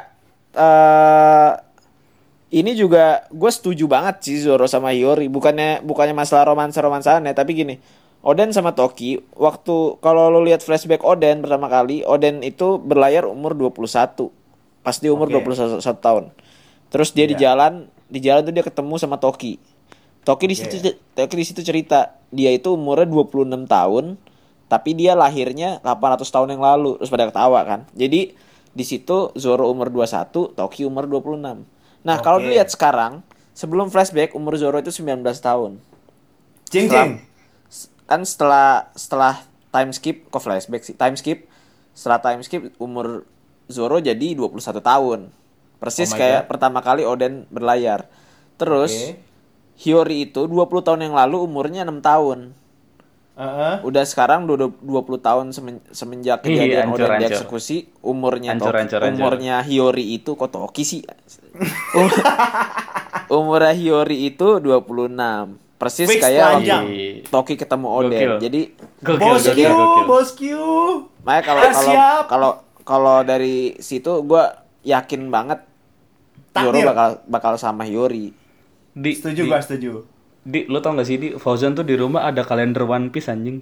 eh ini juga gue setuju banget sih Zoro sama Hiyori. Bukannya bukannya masalah romansa-romansaan ya, tapi gini. Oden sama Toki, waktu kalau lo lihat flashback Oden pertama kali, Oden itu berlayar umur dua puluh satu. Pas di umur Oke. dua puluh satu tahun. Terus dia di Iya. jalan, di jalan tuh dia ketemu sama Toki. Toki di situ Toki di situ cerita, dia itu umurnya dua puluh enam tahun, tapi dia lahirnya delapan ratus tahun yang lalu. Terus pada ketawa kan. Jadi di situ Zoro umur dua puluh satu, Toki umur dua puluh enam. Nah, kalau Oke. dilihat sekarang, sebelum flashback umur Zoro itu sembilan belas tahun. Jeng Setelah- jeng. Kan setelah setelah time skip kok flashback sih. Time skip. Setelah time skip umur Zoro jadi dua puluh satu tahun. Persis Oh my kayak God. pertama kali Oden berlayar. Terus Oke. Hiyori itu dua puluh tahun yang lalu umurnya enam tahun. Heeh. Udah sekarang dua dua puluh tahun semen- semenjak Iya, kejadian hancur, Oden hancur. dieksekusi, umurnya Hancur, Toki- hancur, hancur. umurnya Hiyori itu kok Toki sih. Um- umurnya Hiyori itu dua puluh enam. Persis Fix kayak telanjang. waktu Toki ketemu Oden. Gokil. Jadi Gokil, Bos Q, gokil, gokil. Bos Q. makanya kalau Ah, kalau siap. kalau kalau dari situ gue yakin banget Zoro Takdir. bakal bakal sama Hiyori. Di, Setuju di, gua, setuju. Di, lo tau gak sih, Di, Fauzan tuh di rumah ada kalender One Piece anjing.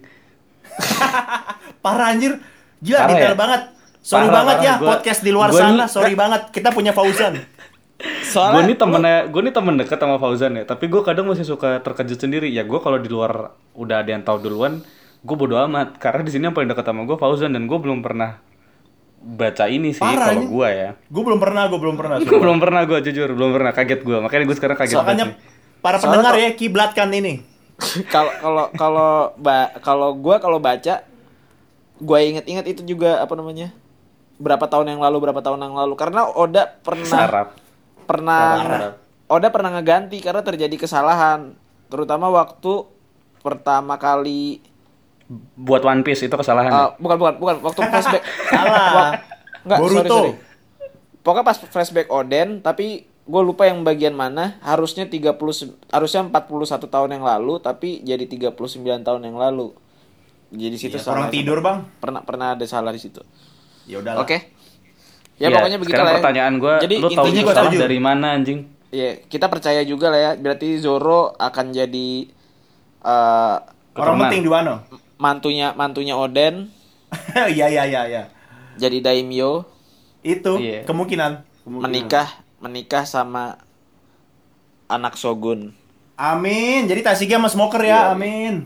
Parah anjir. Gila Parah detail ya? banget. Sorry Parah, banget parah. ya Gua- podcast di luar gua sana. nih- Sorry banget. Kita punya Fauzan. Soalnya gue nih temennya, gue nih temen deket sama Fauzan ya. Tapi gue kadang masih suka terkejut sendiri. Ya gue kalau di luar udah ada yang tahu duluan, gue bodo amat. Karena di sini yang paling deket sama gue Fauzan dan gue belum pernah baca ini sih Parah kalau ini. gue ya. Gue belum pernah, gue belum pernah. Gue belum pernah, gue jujur belum pernah. Kaget gue. Makanya gue sekarang kaget banget Makanya nih. para Soalnya pendengar kok- ya kiblatkan ini. kalau kalau kalau ba- kalau gue kalau baca gue inget-inget itu juga apa namanya berapa tahun yang lalu berapa tahun yang lalu karena Oda pernah Sarap. pernah Sarap. Oda pernah ngeganti karena terjadi kesalahan terutama waktu pertama kali Buat One Piece itu kesalahan. ya? uh, bukan bukan bukan waktu flashback Salah. Wak- Enggak, sorry, Boruto. sorry. Pokoknya pas flashback Oden, tapi gue lupa yang bagian mana. Harusnya tiga puluh se- harusnya empat puluh satu tahun yang lalu, tapi jadi tiga puluh sembilan tahun yang lalu. Jadi situ Iya, salah. orang tidur, Bang. Pernah pernah ada salah di situ. Ya udahlah. Oke. Ya, Ya, pokoknya begitu sekarang lah. ya. pertanyaan gue, Jadi lu tahu intinya itu gua salah setuju. dari mana anjing? ya kita percaya juga lah ya. Berarti Zoro akan jadi eh Orang Keturunan. penting di Wano. mantunya mantunya Oden, Iya, iya, iya, iya. jadi daimyo, Itu Iya. kemungkinan. kemungkinan. menikah menikah sama anak Shogun. Amin. Jadi Tashigi sama Smoker ya. Iya. Amin.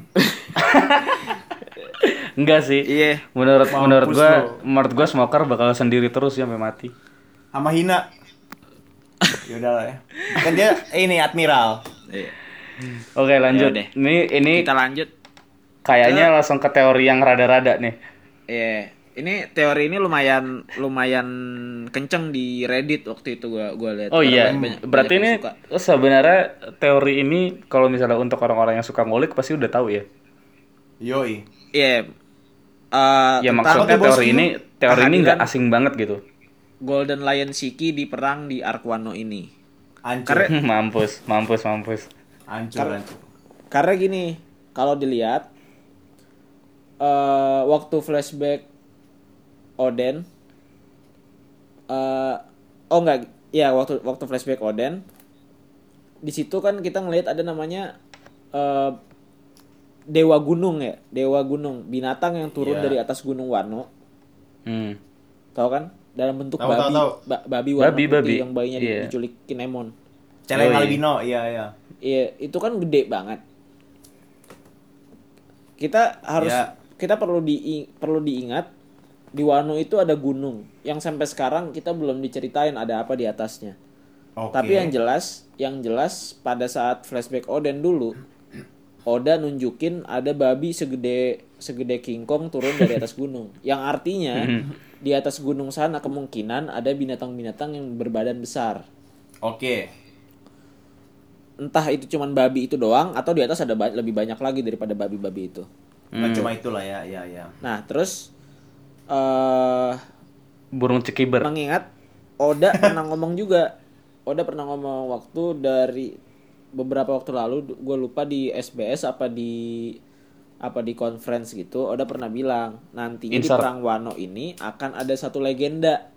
Enggak sih. Iya. Menurut Mampus menurut gue, lo. menurut gue Smoker bakal sendiri terus ya sampai mati. Sama Hina. Ya udahlah ya. Kan dia ini admiral. Iya. Oke lanjut. Ya udah. Ini ini Kita lanjut. kayaknya langsung ke teori yang rada-rada nih. Iya, ini teori ini lumayan lumayan kenceng di Reddit waktu itu gua gua lihat. Oh Karena iya, banyak- banyak- berarti banyak ini yang suka. sebenarnya teori ini kalau misalnya untuk orang-orang yang suka ngulik pasti udah tahu ya. Yoi. Iya. Eh, Ya tentang maksudnya Bos teori Q. ini teori ini nggak kehadiran- asing banget gitu. Golden Lion Shiki di perang di Arc Wano ini. Hancur. Karena- mampus, mampus, mampus. Hancur, Karena- hancur. Karena gini, kalau dilihat eh waktu flashback Oden eh oh enggak, ya waktu waktu flashback Oden di situ kan kita ngelihat ada namanya eh Dewa Gunung ya, Dewa Gunung, binatang yang turun Iya. dari atas Gunung Wano. Hmm. Tahu kan? Dalam bentuk Tahu, tahu, babi, tahu. ba- babi warna Babi, putih babi. yang bayinya di- Iya. diculik Kinemon. Celeng Yoi. albino, iya, iya. Iya, itu kan gede banget. Kita harus Ya. kita perlu di perlu diingat di Wano itu ada gunung yang sampai sekarang kita belum diceritain ada apa di atasnya. Oke. Tapi yang jelas, yang jelas pada saat flashback Oden dulu, Oda nunjukin ada babi segede segede King Kong turun dari atas gunung. Yang artinya di atas gunung sana kemungkinan ada binatang-binatang yang berbadan besar. Oke. Entah itu cuman babi itu doang atau di atas ada ba- lebih banyak lagi daripada babi-babi itu. Nggak Hmm. cuma itulah ya, ya, ya. Nah, terus eh Burung cekiber. mengingat Oda pernah ngomong juga. Oda pernah ngomong waktu dari beberapa waktu lalu, gue lupa di S B S apa di apa di conference gitu. Oda pernah bilang nantinya di Insert. perang Wano ini akan ada satu legenda,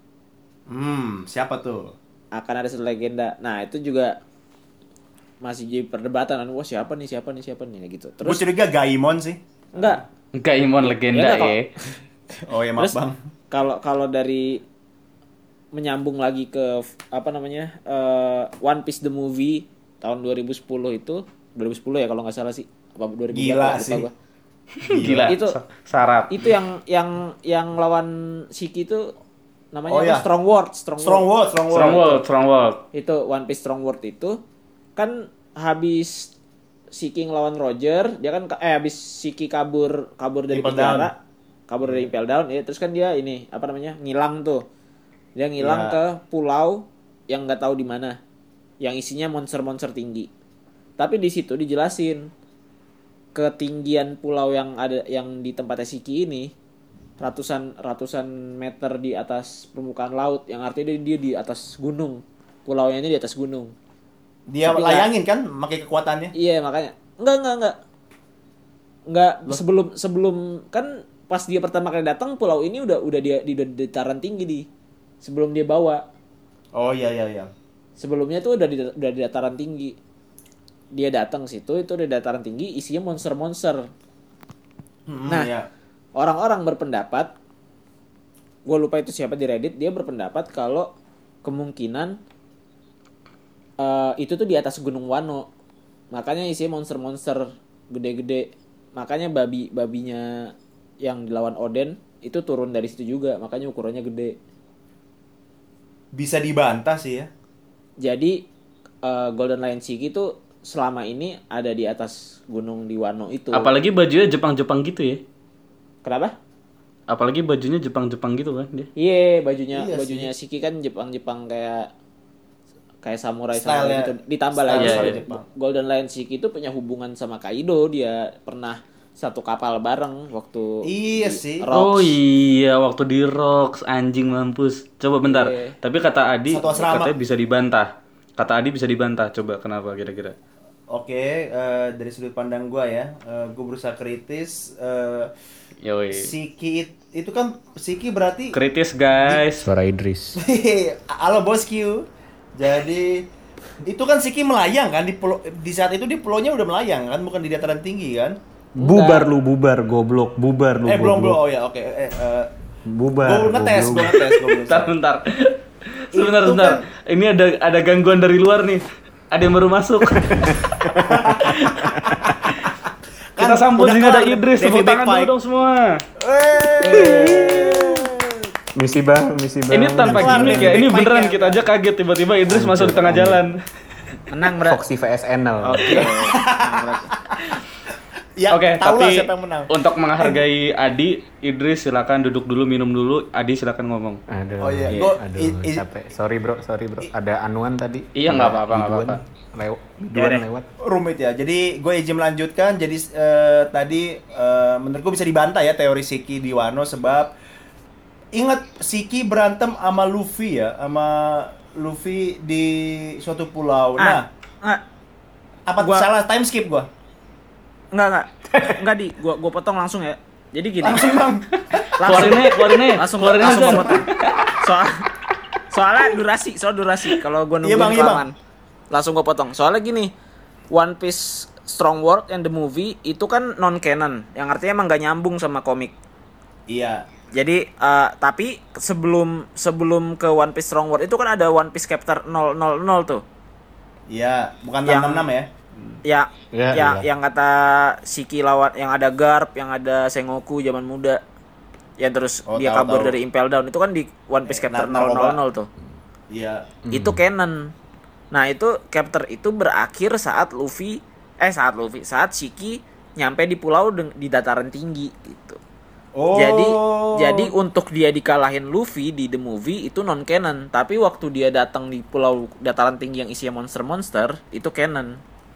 Hmm, siapa tuh? akan ada satu legenda. Nah itu juga masih jadi perdebatan. Wah siapa nih siapa nih siapa nih gitu. Gue Terus curiga Gaimon sih. enggak. Gaimon legenda Ya, enggak, ya. Oh ya maaf Terus bang. kalau kalau dari menyambung lagi ke apa namanya eh, One Piece the movie tahun dua ribu sepuluh itu dua ribu sepuluh ya kalau nggak salah sih apa dua ribu Gila berapa, lupa sih. gua. Gila. Itu- sa- Sarap. Itu yang yang yang lawan Shiki itu namanya Oh, apa? ya. Strong World, Strong, Strong World. World, Strong World. Strong World, Strong World. Itu One Piece Strong World itu kan habis Shiki ngelawan Roger, dia kan eh habis Shiki kabur kabur dari Impel penjara, kabur dari Impel Down ya, terus kan dia ini apa namanya? Ngilang tuh. Dia ngilang Ya. ke pulau yang nggak tahu di mana, yang isinya monster-monster tinggi. Tapi di situ dijelasin ketinggian pulau yang ada yang di tempatnya Shiki ini ratusan ratusan meter di atas permukaan laut, yang artinya dia, dia di atas gunung. Pulaunya ini di atas gunung. Dia Tapi layangin kan, pakai kekuatannya. Iya makanya enggak enggak enggak enggak sebelum sebelum kan pas dia pertama kali datang pulau ini udah udah dia di, di dataran tinggi di sebelum dia bawa. Oh iya iya iya. Sebelumnya tuh udah di udah di dataran tinggi. Dia datang situ itu di dataran tinggi isinya monster-monster. Hmm, Nah. iya. Orang-orang berpendapat, gue lupa itu siapa di Reddit, dia berpendapat kalau kemungkinan uh, itu tuh di atas Gunung Wano. Makanya isinya monster-monster gede-gede. Makanya babi babinya yang dilawan Oden itu turun dari situ juga, makanya ukurannya gede. Bisa dibantah sih ya. Jadi uh, Golden Lion Shiki itu selama ini ada di atas gunung di Wano itu. Apalagi bajunya Jepang-Jepang gitu ya. Kenapa? Apalagi bajunya Jepang-Jepang gitu kan dia. Iya, bajunya Iya bajunya sih. Shiki kan Jepang-Jepang kayak kayak samurai Style samurai ya. gitu. Ditambah Style lagi iya. Jepang. Golden Lion Shiki itu punya hubungan sama Kaido, dia pernah satu kapal bareng waktu Iya di sih. Rocks. Oh iya, waktu di Rocks anjing mampus. Coba bentar. Iya. Tapi kata Adi Satu asrama. katanya bisa dibantah. Kata Adi bisa dibantah. Coba kenapa kira-kira? Oke, eh, dari sudut pandang gua ya, eh, gua berusaha kritis. eh, Yoi. Siki it- itu kan Siki berarti Kritis guys. Suara Idris. halo bosku. Jadi itu kan Siki melayang kan di pulau, di saat itu di pulaunya udah melayang kan, bukan di dataran tinggi kan? Bubar lu, bubar, goblok, bubar lu. eh belum belum. goblok. Oh ya, oke. Eh, eh, Bubar. gua ngetes, goblok. gua ngetes, gua belum. Bentar, bentar. Sebentar, Itu sebentar. kan- Ini ada ada gangguan dari luar nih. Ada yang baru masuk. Kita sambut udah sini ada kelar, Idris. Devi Tepuk tangan Backfight. dulu dong semua. Misi bang, misi bang. Ini tanpa Kelar, gimmick Devi ya. Ini Backfight beneran ya. kita aja kaget tiba-tiba Idris masuk di tengah anjir. jalan. Menang, Bro. Foxy V S N L. Oke. Ya, Oke, tahu lah tapi siapa yang menang. untuk menghargai Adi, Idris silakan duduk dulu, minum dulu. Adi silakan ngomong. Aduh, Oh iya, iya, gua- aduh, i- i- capek. Sorry bro, sorry bro. Ada anuan tadi. Iya, nggak apa-apa, nggak Biduan. apa-apa. Lewat, Ya biduan deh, lewat. rumit ya. Jadi gue izin melanjutkan. Jadi eh, tadi eh, menurut gue bisa dibantah ya teori Siki di Wano, sebab ingat Siki berantem sama Luffy ya, sama Luffy di suatu pulau. Nah, Nggak, apa gua- salah time skip gua? nggak, nggak. Nggak di, gua gua potong langsung ya. Jadi gini. Langsung bang. Keluarin aja, keluarin aja. langsung keluarin langsung aja. gua potong. Soal soalnya durasi, soal durasi. Kalau gua Iya, nungguin Bang, iya, Bang. kelamaan, langsung gua potong. Soalnya gini, One Piece Strong World and the movie itu kan non canon, yang artinya emang gak nyambung sama komik. Iya. Jadi eh, tapi sebelum sebelum ke One Piece Strong World itu kan ada One Piece Chapter nol nol nol tuh. Iya, bukan Yang- enam enam ya. Ya, Ya, ya iya. yang kata Shiki lawan, yang ada Garp, yang ada Sengoku zaman muda. Yang terus Oh, dia tahu, kabur tahu. dari Impel Down itu kan di One Piece Eh, Chapter Nar- nol nol nol tuh. Iya. Itu canon. Nah, itu chapter itu berakhir saat Luffy eh saat Luffy, saat Shiki nyampe di pulau deng- di dataran tinggi gitu. Oh. Jadi jadi untuk dia dikalahin Luffy di the movie itu non canon, tapi waktu dia datang di pulau dataran tinggi yang isinya monster-monster itu canon.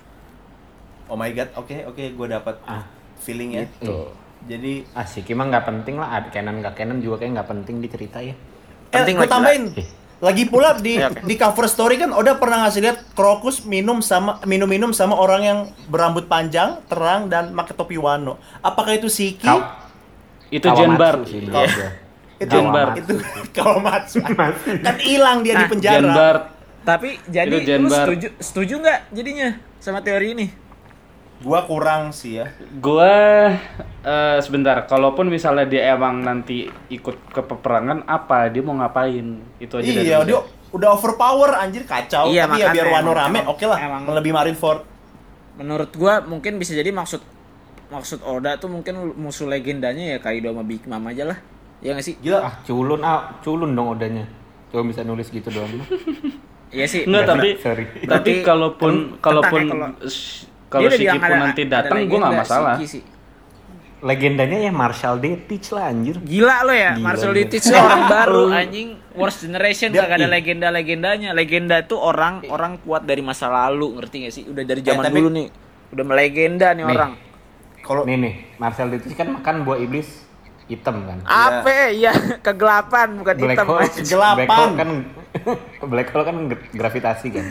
Oh my god, oke oke, gue dapat Ah, feeling ya. Tuh. Jadi Asik, emang nggak penting lah. Ada canon nggak canon juga kayak nggak penting di cerita ya. Penting eh, gue lah, tambahin. gila. Lagi pula di Ya, oke. di cover story kan Oda pernah ngasih lihat Crocus minum sama minum-minum sama orang yang berambut panjang, terang dan pakai topi Wano. Apakah itu Shiki? Kau- Itu Jenbar. Kawamatsu sih menurut gua. Itu Jenbar. itu Kawamatsu. Kan hilang dia di Nah, penjara. Jenbar. Tapi jadi Itu lu Jenbar. setuju setuju nggak jadinya sama teori ini? Gua kurang sih ya. Gua eh, sebentar, kalaupun misalnya dia emang nanti ikut ke peperangan, apa dia mau ngapain? Itu aja dari Iya, gua. dia udah overpower anjir, kacau. Iya, Tapi ya makanya biar Wano emang- rame, emang- oke lah. emang- Lebih Marineford. Menurut gua mungkin bisa jadi maksud maksud Oda tuh mungkin musuh legendanya ya Kaido sama Big Mom aja lah. Ya nggak sih? Gila. Ah, culun ah, culun dong odanya. Coba bisa nulis gitu doang. Iya sih. Enggak, tapi Sorry. tapi Tapi kalaupun tentang kalaupun ya, kalau- s- Dia kalau udah Shiki bilang pun ada- nanti ada datang, gua nggak legenda masalah. Shiki sih. Legendanya ya Marshall D. Teach lah anjir. Gila lo ya, Gila, Marcel gila. Litich tuh orang baru anjing, worst generation Dia- kagak ada ih. legenda-legendanya. Legenda tuh orang orang kuat dari masa lalu, ngerti gak sih? Udah dari zaman tapi- dulu nih. Udah melegenda nih Nih. orang. Kalau Nih nih, Marshall D. Teach kan makan buah iblis hitam kan. Apa ya? Kegelapan bukan Black hitam. hole, anjing. Kegelapan. black hole kan black hole kan gra- gravitasi kan.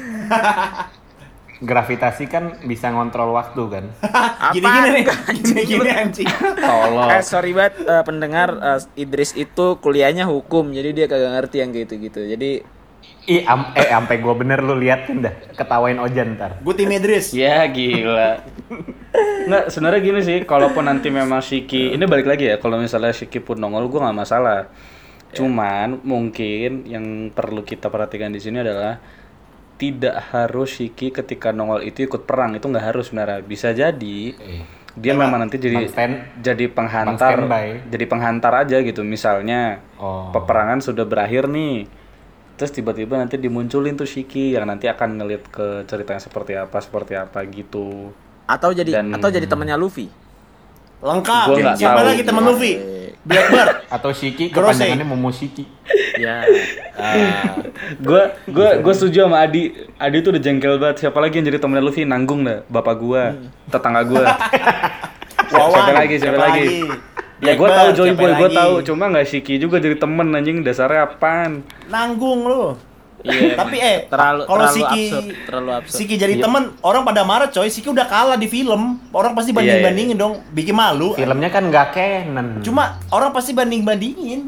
Gravitasi kan bisa ngontrol waktu kan. gini-gini nih. Apaan? Gini-gini anjing. Tolong. Eh sorry banget eh, pendengar, eh, Idris itu kuliahnya hukum, jadi dia kagak ngerti yang gitu-gitu. Jadi Ih, am eh sampai gua bener lu liatin dah, ketawain Ojan ntar. Gue tim Idris. Ya gila. Nggak, sebenarnya gini sih, kalaupun nanti memang Shiki, ini balik lagi ya, kalau misalnya Shiki pun nongol, gue nggak masalah. Cuman mungkin yang perlu kita perhatikan di sini adalah tidak harus Shiki ketika nongol itu ikut perang, itu nggak harus sebenarnya. Bisa jadi Eh, dia Lewat memang nanti jadi Bang Stan- jadi Bang penghantar, Standby. jadi penghantar aja gitu. Misalnya Oh. peperangan sudah berakhir nih, terus tiba-tiba nanti dimunculin tuh Shiki yang nanti akan ngeliat ke ceritanya seperti apa, seperti apa gitu. Atau jadi Dan- atau jadi temannya Luffy. Lengkap. Gua nggak Siapa tahu. lagi teman Luffy? Blackbird. Atau Shiki Grosei. kepanjangannya Momoshiki. Ya. ah, Gue gue gue setuju sama Adi. Adi tuh udah jengkel banget. Siapa lagi yang jadi temennya Luffy? Nanggung dah, bapak gua, tetangga gua. Wawan. Siapa lagi? Siapa lagi? Ya gue tahu Joy Siapa Boy, gue lagi? tahu. Cuma nggak Shiki juga jadi temen anjing, dasarnya apaan? Nanggung lu. Iya. Tapi eh terlalu kalau terlalu Shiki absurd, terlalu absurd. Shiki jadi temen, orang pada marah coy. Shiki udah kalah di film. Orang pasti Iya, banding-bandingin dong, bikin malu. Filmnya kan nggak canon. Cuma orang pasti banding-bandingin.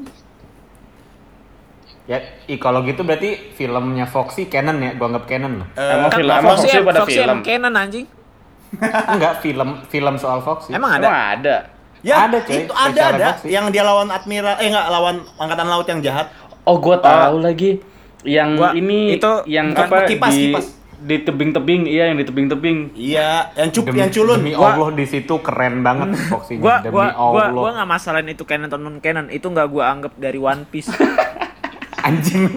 ya, i, kalau gitu berarti filmnya Foxy canon ya, gua anggap canon loh. Emang Kan film, emang Foxy, Foxy pada Foxy film. emang canon anjing. Enggak, film film soal Foxy. Emang Emang ada? ada. Ya, Ada, coy. itu ada Spesial ada Foxy. yang dia lawan admiral eh enggak lawan angkatan laut yang jahat. Oh, gue tahu lagi. Yang Gua- ini itu yang bukan apa kipas, di kipas. di tebing-tebing, iya yang di tebing-tebing. Iya, yang cup Demi, yang culun. demi Gua- Allah di situ keren banget Foxy-nya. Gua Demi gua gua Allah. gua enggak masalahin itu canon atau non canon, itu enggak gua anggap dari One Piece. Anjing.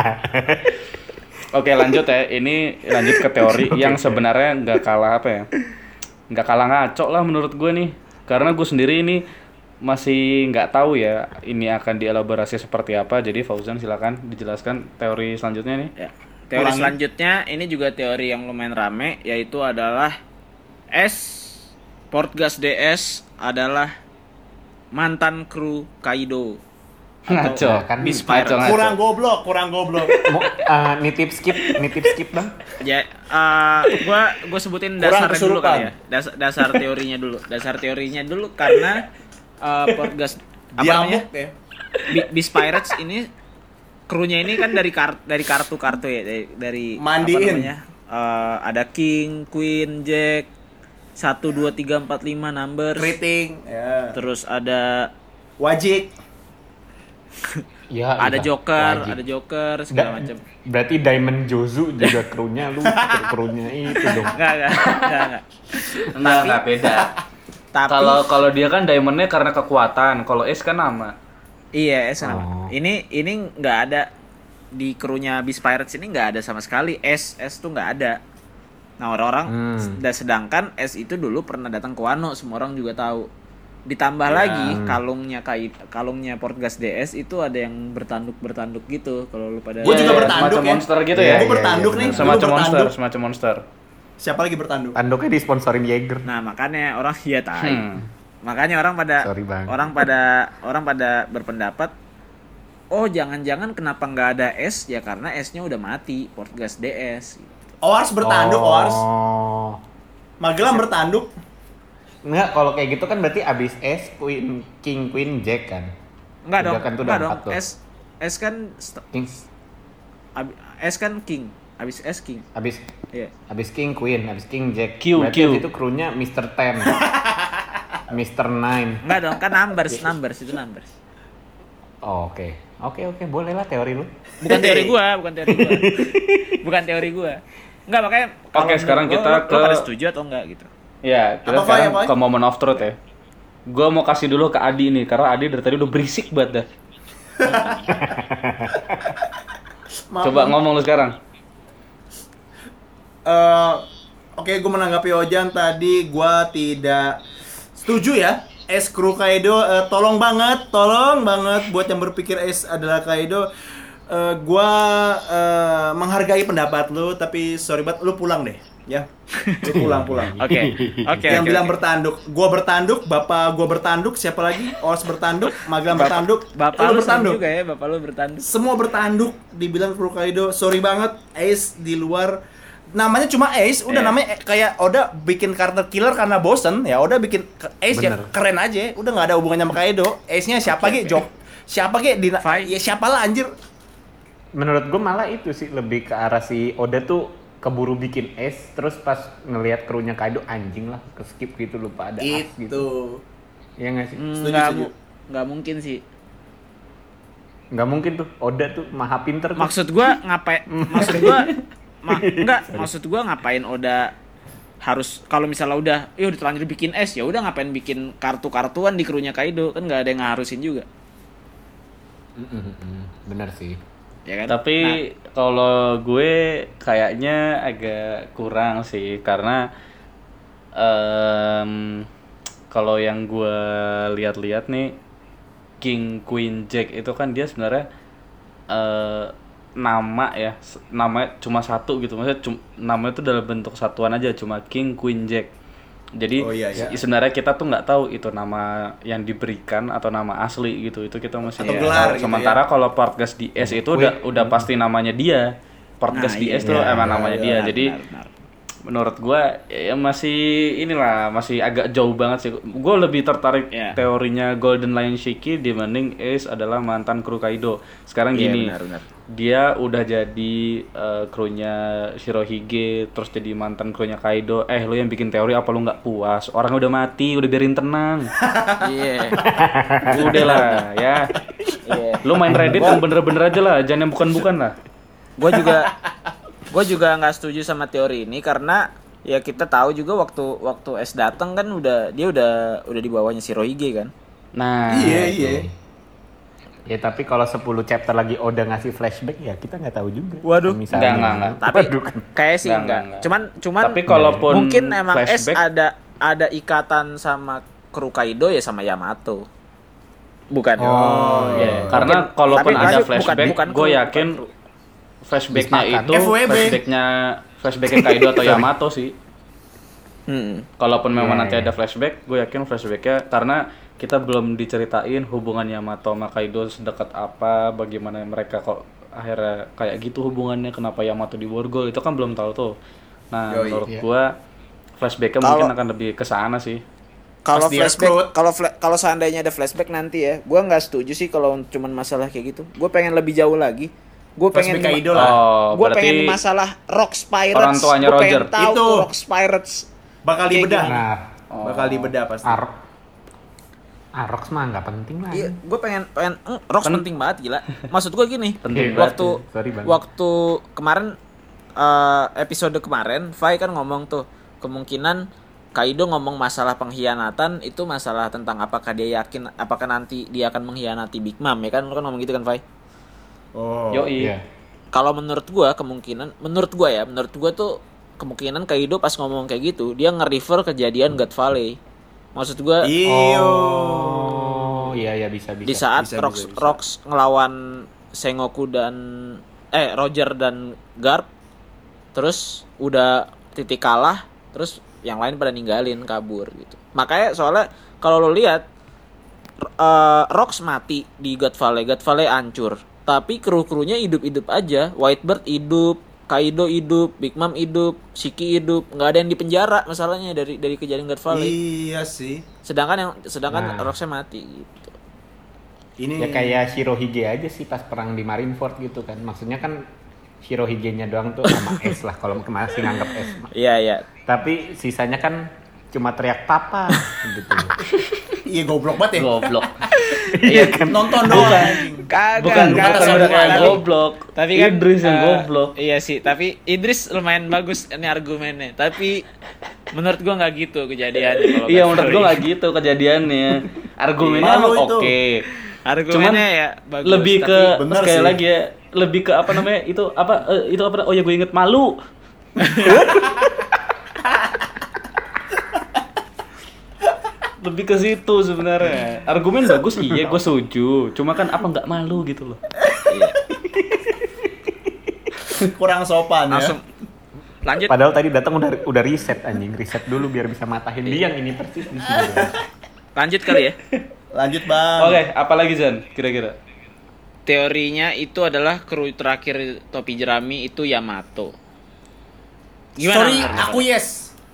Oke, lanjut ya. Ini lanjut ke teori yang sebenarnya nggak kalah apa ya? Nggak kalah ngaco lah menurut gue nih. Karena gue sendiri ini masih nggak tahu ya ini akan dielaborasi seperti apa. Jadi Fauzan silakan dijelaskan teori selanjutnya nih. Ya. Teori Ulangi. selanjutnya ini juga teori yang lumayan rame, yaitu adalah S Portgas D S adalah mantan kru Kaido. Ngaco. Nah, kan Beast Ngaco, Pirate. ngaco. Kurang goblok, kurang goblok. Mau uh, nitip skip, nitip skip bang. Ya, eh, gua gua sebutin Kurang dasarnya dulu kesurupan. kali ya. Das- dasar teorinya dulu. Dasar teorinya dulu karena eh, Portgas apa namanya? Diamuk ya. Bi- Beast Pirates ini krunya ini kan dari kar- dari kartu-kartu ya, dari dari Mandiin. apa namanya? Eh, ada King, Queen, Jack, satu dua tiga empat lima numbers. Keriting, ya. Terus ada Wajik. Ya, ada iya, Joker, wajib. ada Joker segala Da- macam. Berarti Diamond Jozu juga krunya lu, kru- krunya itu dong. Enggak, enggak, enggak, enggak. Enggak, enggak beda. Tapi Kalau kalau dia kan diamondnya karena kekuatan, kalau S kan nama. iya, S nama. Oh. Ini ini nggak ada di krunya Beast Pirates ini nggak ada sama sekali. S S tuh nggak ada. Nah orang-orang Hmm. dan sedangkan S itu dulu pernah datang ke Wano, semua orang juga tahu. Ditambah Ya. lagi kalungnya kai kalungnya Portgas D S itu ada yang bertanduk-bertanduk gitu. Kalau lu pada Gua juga Iya, bertanduk semacam ya. monster gitu Iya, ya. Gue iya, bertanduk iya, nih, benar. dulu Semacam monster, bertanduk. semacam monster. Siapa lagi bertanduk? Tanduknya disponsorin Jaeger. Nah, makanya orang ya tai. Hmm. Makanya orang pada Sorry, Bang. orang pada orang pada berpendapat, oh jangan-jangan kenapa nggak ada S ya karena S-nya udah mati, Portgas D S. Oars bertanduk, Oars. Oh. Magelang bertanduk. Enggak, kalau kayak gitu kan berarti abis S, Queen, King, Queen, Jack kan? Enggak dong, Udah kan tuh enggak udah dong. empat tuh. S S kan st- King, ab- S kan King, abis S King. abis Iya. abis King, Queen, abis King, Jack. Q, berarti Q. abis itu krunya mister Ten, mister Nine. Enggak dong, kan numbers, numbers itu numbers. Oh, oke, oke, oke, boleh lah teori lu. Bukan teori gua, bukan teori gua. Bukan teori gua. Enggak, makanya kalau Oke, sekarang menurut kita gua, lo- lo ke- pada setuju atau enggak gitu. Ya, kita Apa, Pak, sekarang ya, Pak? ke moment of truth ya. Gue mau kasih dulu ke Adi nih, karena Adi dari tadi udah berisik banget dah. Maaf, Coba Bang. ngomong lu sekarang. Eh, Oke, gue menanggapi Ojan tadi, gue tidak setuju ya. Es kru Kaido, eh, tolong banget, tolong banget buat yang berpikir es adalah Kaido. Eh, gue eh, menghargai pendapat lu, tapi sorry banget, lu pulang deh, ya. Lu pulang pulang. Oke. Oke. yang oke, bilang oke. bertanduk, gua bertanduk, bapak gua bertanduk, siapa lagi? Oas bertanduk, Magelang bertanduk, Bapak lu lu serem bertanduk. juga ya, bapak lu bertanduk. Semua bertanduk, dibilang kru Kaido. Sorry banget, Ace di luar namanya cuma Ace, udah Eh. namanya eh, kayak Oda bikin karakter killer karena bosen, ya Oda bikin ke- Ace ya Bener. keren aja, udah nggak ada hubungannya sama Kaido. Ace-nya siapa ge? Jok. Siapa ge? Dina, Fai. ya siapa lah anjir. Menurut gue malah itu sih lebih ke arah si Oda tuh keburu bikin S, terus pas ngelihat krunya Kaido anjing lah, ke skip gitu lupa ada as gitu. Itu. Iya nggak sih? Hmm, Setuju, Nggak setuju. mu- nggak mungkin sih. Nggak mungkin tuh, Oda tuh maha pinter tuh. Maksud gua ngapain? Maksud gua Ma, enggak, maksud gua ngapain Oda harus kalau misalnya udah ya udah terlanjur bikin es ya udah ngapain bikin kartu-kartuan di krunya Kaido, kan nggak ada yang ngarusin juga. Bener sih. Ya kan? Tapi Nah, kalau gue kayaknya agak kurang sih karena em, kalau yang gue lihat-lihat nih King Queen Jack itu kan dia sebenarnya eh, nama ya s- nama cuma satu gitu, maksudnya cum- namanya itu dalam bentuk satuan aja cuma King Queen Jack. Jadi Oh, iya, iya. se- sebenarnya kita tuh nggak tahu itu nama yang diberikan atau nama asli gitu, itu kita masih Atau nggak gelar tahu. gitu Sementara kalau Partgas di S itu udah udah pasti namanya dia. Partgas Nah, di iya, S tuh iya, emang iya, namanya iya, dia. benar, Jadi benar, benar. menurut gua ya masih inilah masih agak jauh banget sih. Gue lebih tertarik Iya. teorinya Golden Lion Shiki dibanding Ace adalah mantan kru Kaido. Sekarang Iya, gini, benar, benar. dia udah jadi eh, krunya Shirohige, terus jadi mantan krunya Kaido. Eh, lu yang bikin teori apa lu nggak puas? Orang udah mati, udah biarin tenang. Iya. Udah lah ya. Iya. Lu main Reddit yang bener-bener aja lah, jangan yang bukan-bukan lah. Gue juga gue juga nggak setuju sama teori ini karena ya kita tahu juga waktu waktu S datang kan udah dia udah udah di bawahnya Shirohige kan. Nah, Iya, iya. Ya tapi kalau sepuluh chapter lagi Oda ngasih flashback ya kita nggak tahu juga. Waduh. Enggak, Misalnya. enggak, enggak. Tapi Waduh, kan. kayak sih Enggak, enggak. enggak, enggak. Cuman cuman Tapi kalaupun mungkin emang S flashback, ada ada ikatan sama kru Kaido ya sama Yamato. Bukan. Oh, ya, iya. karena Mungkin- kalaupun tapi- ada tapi flashback, bukan- bukan gue kru, yakin bukan kru. flashbacknya Dispakat. itu F W B. flashbacknya flashbacknya Kaido atau Yamato sih. Hmm. Kalaupun memang Iya, nanti iya. ada flashback, gue yakin flashbacknya karena kita belum diceritain hubungan Yamato sama Kaido sedekat apa, bagaimana mereka kok akhirnya kayak gitu hubungannya, kenapa Yamato di Borgol itu kan belum tahu tuh. Nah, Yoi. menurut Iya. gue flashbacknya Kalau- mungkin akan lebih ke sana sih. Kalau Pas dia flashback, rekrut. kalau fla- kalau seandainya ada flashback nanti ya, gue nggak setuju sih kalau cuman masalah kayak gitu. Gue pengen lebih jauh lagi. Gue pengen Flashback Kaido lah. Oh, gue berarti pengen masalah Rocks Pirates. orang tuanya Gua Roger. pengen tahu Itu. tuh Rocks Pirates. Bakal Kayak dibedah. gini. Nah, Bakal dibedah pasti. Ar Arox mah nggak penting lah. Iya, gue pengen pengen eh, Rocks penting banget gila. Maksud gue gini, Penting waktu banget. Sorry, Bang. waktu kemarin eh, episode kemarin, Fai kan ngomong tuh kemungkinan Kaido ngomong masalah pengkhianatan itu masalah tentang apakah dia yakin apakah nanti dia akan mengkhianati Big Mom ya kan, lu kan ngomong gitu kan Fai. Oh. Yoi. Iya. Kalau menurut gua kemungkinan menurut gua ya, menurut gua tuh kemungkinan Kaido pas ngomong kayak gitu dia nge-refer kejadian God Valley. Maksud gua Iyo. Oh, iya ya bisa bisa. di saat bisa, Rox, bisa, bisa. Rox ngelawan Sengoku dan eh Roger dan Garp terus udah titik kalah terus yang lain pada ninggalin kabur gitu. Makanya soalnya kalau lo lihat eh, Rox mati di God Valley, God Valley hancur. Tapi kru-krunya hidup-hidup aja. Whitebird hidup, Kaido hidup, Big Mom hidup, Shiki hidup. Nggak ada yang di penjara masalahnya dari dari kejadian God Valley. Iya sih. Sedangkan yang sedangkan Nah. Roxnya mati gitu. Ini Ya kayak Shirohige aja sih pas perang di Marineford gitu kan. Maksudnya kan Shirohige-nya doang tuh sama S lah kalau masih nganggap S. Iya, iya. Tapi sisanya kan cuma teriak papa gitu. iya goblok banget ya. Goblok. Iya kan. Nonton doang. anjing. Kagak, Bukan kagak, bukan kagak, mereka yang tapi- goblok. Tapi kan Idris yang eh, goblok. Iya sih, tapi Idris lumayan bagus ini argumennya. Tapi menurut gua nggak gitu kejadiannya kalau Iya, God menurut Valley. gua nggak gitu kejadiannya. Argumennya Malu emang itu. oke. Argumennya Cuman ya bagus. lebih tapi- ke bener sekali sih. lagi ya, lebih ke apa namanya? Itu apa eh, itu apa? Oh ya gue inget malu. Lebih ke situ sebenarnya. Argumen bagus iya, gue setuju. Cuma kan apa nggak malu gitu loh. Kurang sopan ya. langsung lanjut. Padahal tadi datang udah udah riset anjing, riset dulu biar bisa matahin biang ini persis di sini. Lanjut kali ya. Lanjut, Bang. Oke, apa lagi Zan? Kira-kira? Teorinya itu adalah kru terakhir topi jerami itu Yamato. Gimana? Sorry, menurut aku kalian? yes.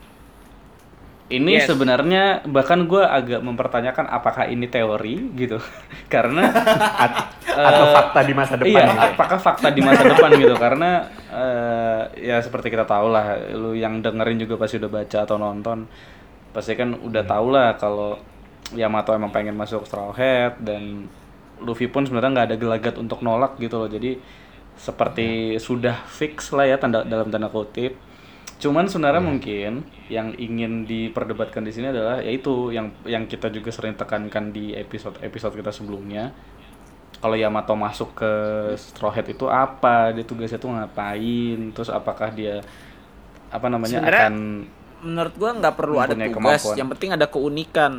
Ini Yes. sebenarnya bahkan gue agak mempertanyakan apakah ini teori gitu, karena Atau eh, fakta di masa depan. iya, gitu. apakah fakta di masa depan gitu? Karena eh, ya seperti kita tahu lah, lu yang dengerin juga pasti udah baca atau nonton, pasti kan udah tahu lah kalau Yamato emang pengen masuk Straw Hat dan Luffy pun sebenarnya nggak ada gelagat untuk nolak gitu loh. Jadi seperti sudah fix lah ya tanda dalam tanda kutip. Cuman sebenarnya hmm. mungkin yang ingin diperdebatkan di sini adalah yaitu yang yang kita juga sering tekankan di episode-episode kita sebelumnya. Kalau Yamato masuk ke Straw Hat itu apa? Dia tugasnya tuh ngapain? Terus apakah dia apa namanya sebenarnya, akan menurut gua nggak perlu ada tugas, kemampuan. Yang penting ada keunikan.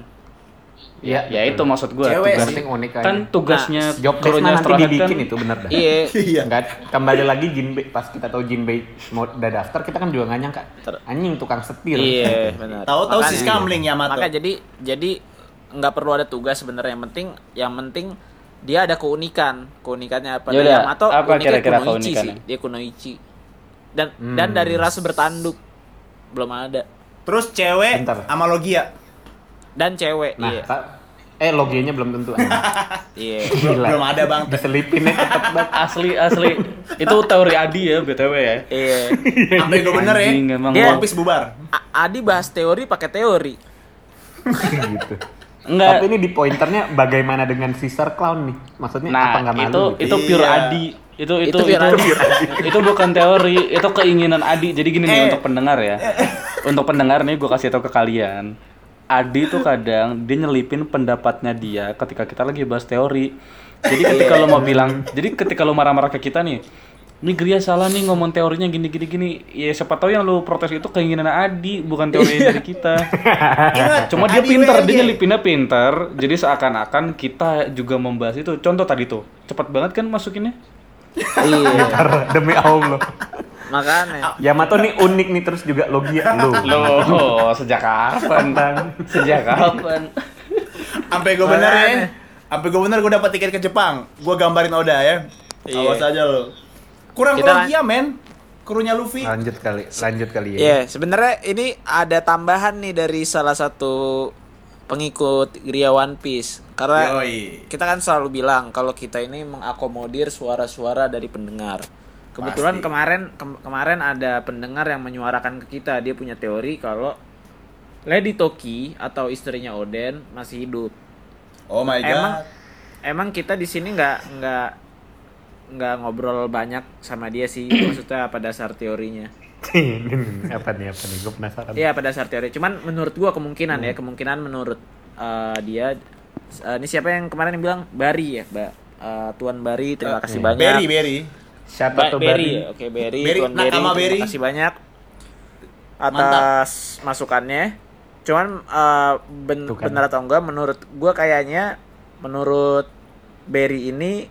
Ya, ya itu maksud gua. Cewek tugas sih. unik aja. Kan tugasnya nah, job krunya nanti Straw Hat dibikin kan, itu benar dah. Iya. Enggak kembali lagi Jinbei pas kita tahu Jinbei mau udah daftar kita kan juga nggak nyangka anjing tukang setir. Iya, benar. Tahu-tahu si Skamling Yamato. Maka jadi jadi nggak perlu ada tugas sebenarnya, yang penting yang penting dia ada keunikan. Keunikannya apa? Yaudah, Yamato apa uniknya kira-kira kunoichi keunikannya? sih. Dia kunoichi. Dan Hmm. dan dari ras bertanduk belum ada. Terus cewek Bentar. sama Logia. Dan cewek, Nah, iya. ta- eh logianya belum tentu. anjing. Iya. Belum, Gila. belum ada Bang. Diselipinnya cepet banget. asli asli itu teori Adi ya B T W ya. Iya. Sampai gue bener ya. Anjing, emang Dia- One Piece bubar. A- Adi bahas teori pakai teori. gitu. Enggak. Tapi ini di pointernya bagaimana dengan Sister Clown nih? Maksudnya Nah, apa nggak malu? itu gitu? itu pure Iya. Adi. Itu itu Itu itu pure itu, Adi. itu bukan teori, itu keinginan Adi. Jadi gini nih Eh. untuk pendengar ya. Untuk pendengar nih gue kasih tahu ke kalian. Adi tuh kadang dia nyelipin pendapatnya dia ketika kita lagi bahas teori. Jadi ketika lo mau bilang, jadi ketika lo marah-marah ke kita nih, ini Gria salah nih ngomong teorinya gini gini gini. Ya siapa tahu yang lo protes itu keinginan Adi, bukan teori dari kita. Cuma dia Adi pinter, W L G. dia nyelipinnya pinter. Jadi seakan-akan kita juga membahas itu. Contoh tadi tuh, cepat banget kan masukinnya? Iya. Bentar, demi Allah. Makanya. Yamato nih unik nih terus juga Logia lu. Loh, sejak kapan, Bang? Sejak kapan? Sampai gue bener ya. Sampai gue bener gue dapat tiket ke Jepang. Gue gambarin Oda ya. Iya. Awas aja lo. Kurang Kita- Logia men. Krunya Luffy. Lanjut kali, lanjut kali ya. Iya, sebenarnya ini ada tambahan nih dari salah satu pengikut Gria One Piece. Karena Yoi. kita kan selalu bilang kalau kita ini mengakomodir suara-suara dari pendengar. Kebetulan Pasti. kemarin ke- kemarin ada pendengar yang menyuarakan ke kita, dia punya teori kalau Lady Toki atau istrinya Oden masih hidup. Oh my god. Emang emang kita di sini nggak nggak nggak ngobrol banyak sama dia sih, maksudnya apa dasar teorinya? apa nih apa nih gue penasaran. Iya pada dasar teori. Cuman menurut gua kemungkinan ya, kemungkinan menurut uh, dia uh, ini siapa yang kemarin yang bilang Bari ya, Mbak. Uh, Tuan Bari, terima kasih iya. banyak. Berry, Berry. Siapa Ba- tuh Berry, Bari? ya? Oke Berry, Berry, Tuan Berry, nakama Berry. terima kasih banyak atas masukannya. Cuman uh, ben- Tuh kan. benar atau enggak, menurut gua kayaknya menurut Berry ini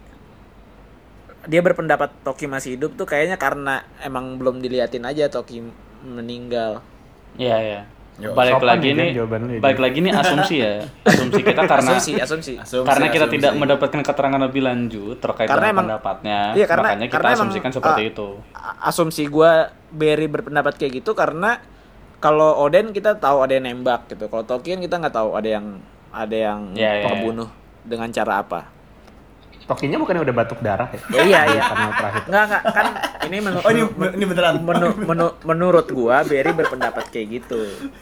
dia berpendapat Toki masih hidup tuh kayaknya karena emang belum diliatin aja Toki meninggal. Iya, iya. Yo, Balik sopan lagi nih, nih, Jan, jawaban lu ya, balik Jan. lagi nih asumsi ya. Asumsi kita karena asumsi, asumsi. Asumsi, karena kita asumsi. tidak mendapatkan keterangan lebih lanjut terkait Karena dengan emang- pendapatnya, iya, karena- makanya kita karena emang, asumsikan seperti ah, itu. A- Asumsi gua Berry berpendapat kayak gitu karena kalau Oden kita tahu ada yang nembak gitu. Kalau Toki kan kita nggak tahu ada yang ada yang Iya, iya, pembunuh dengan cara apa. Tokinya bukannya udah batuk darah ya? Ya, iya iya. Karena terakhir. Enggak enggak kan ini menurut Oh ini ini beneran. menu- menu- menurut gua Berry berpendapat kayak gitu.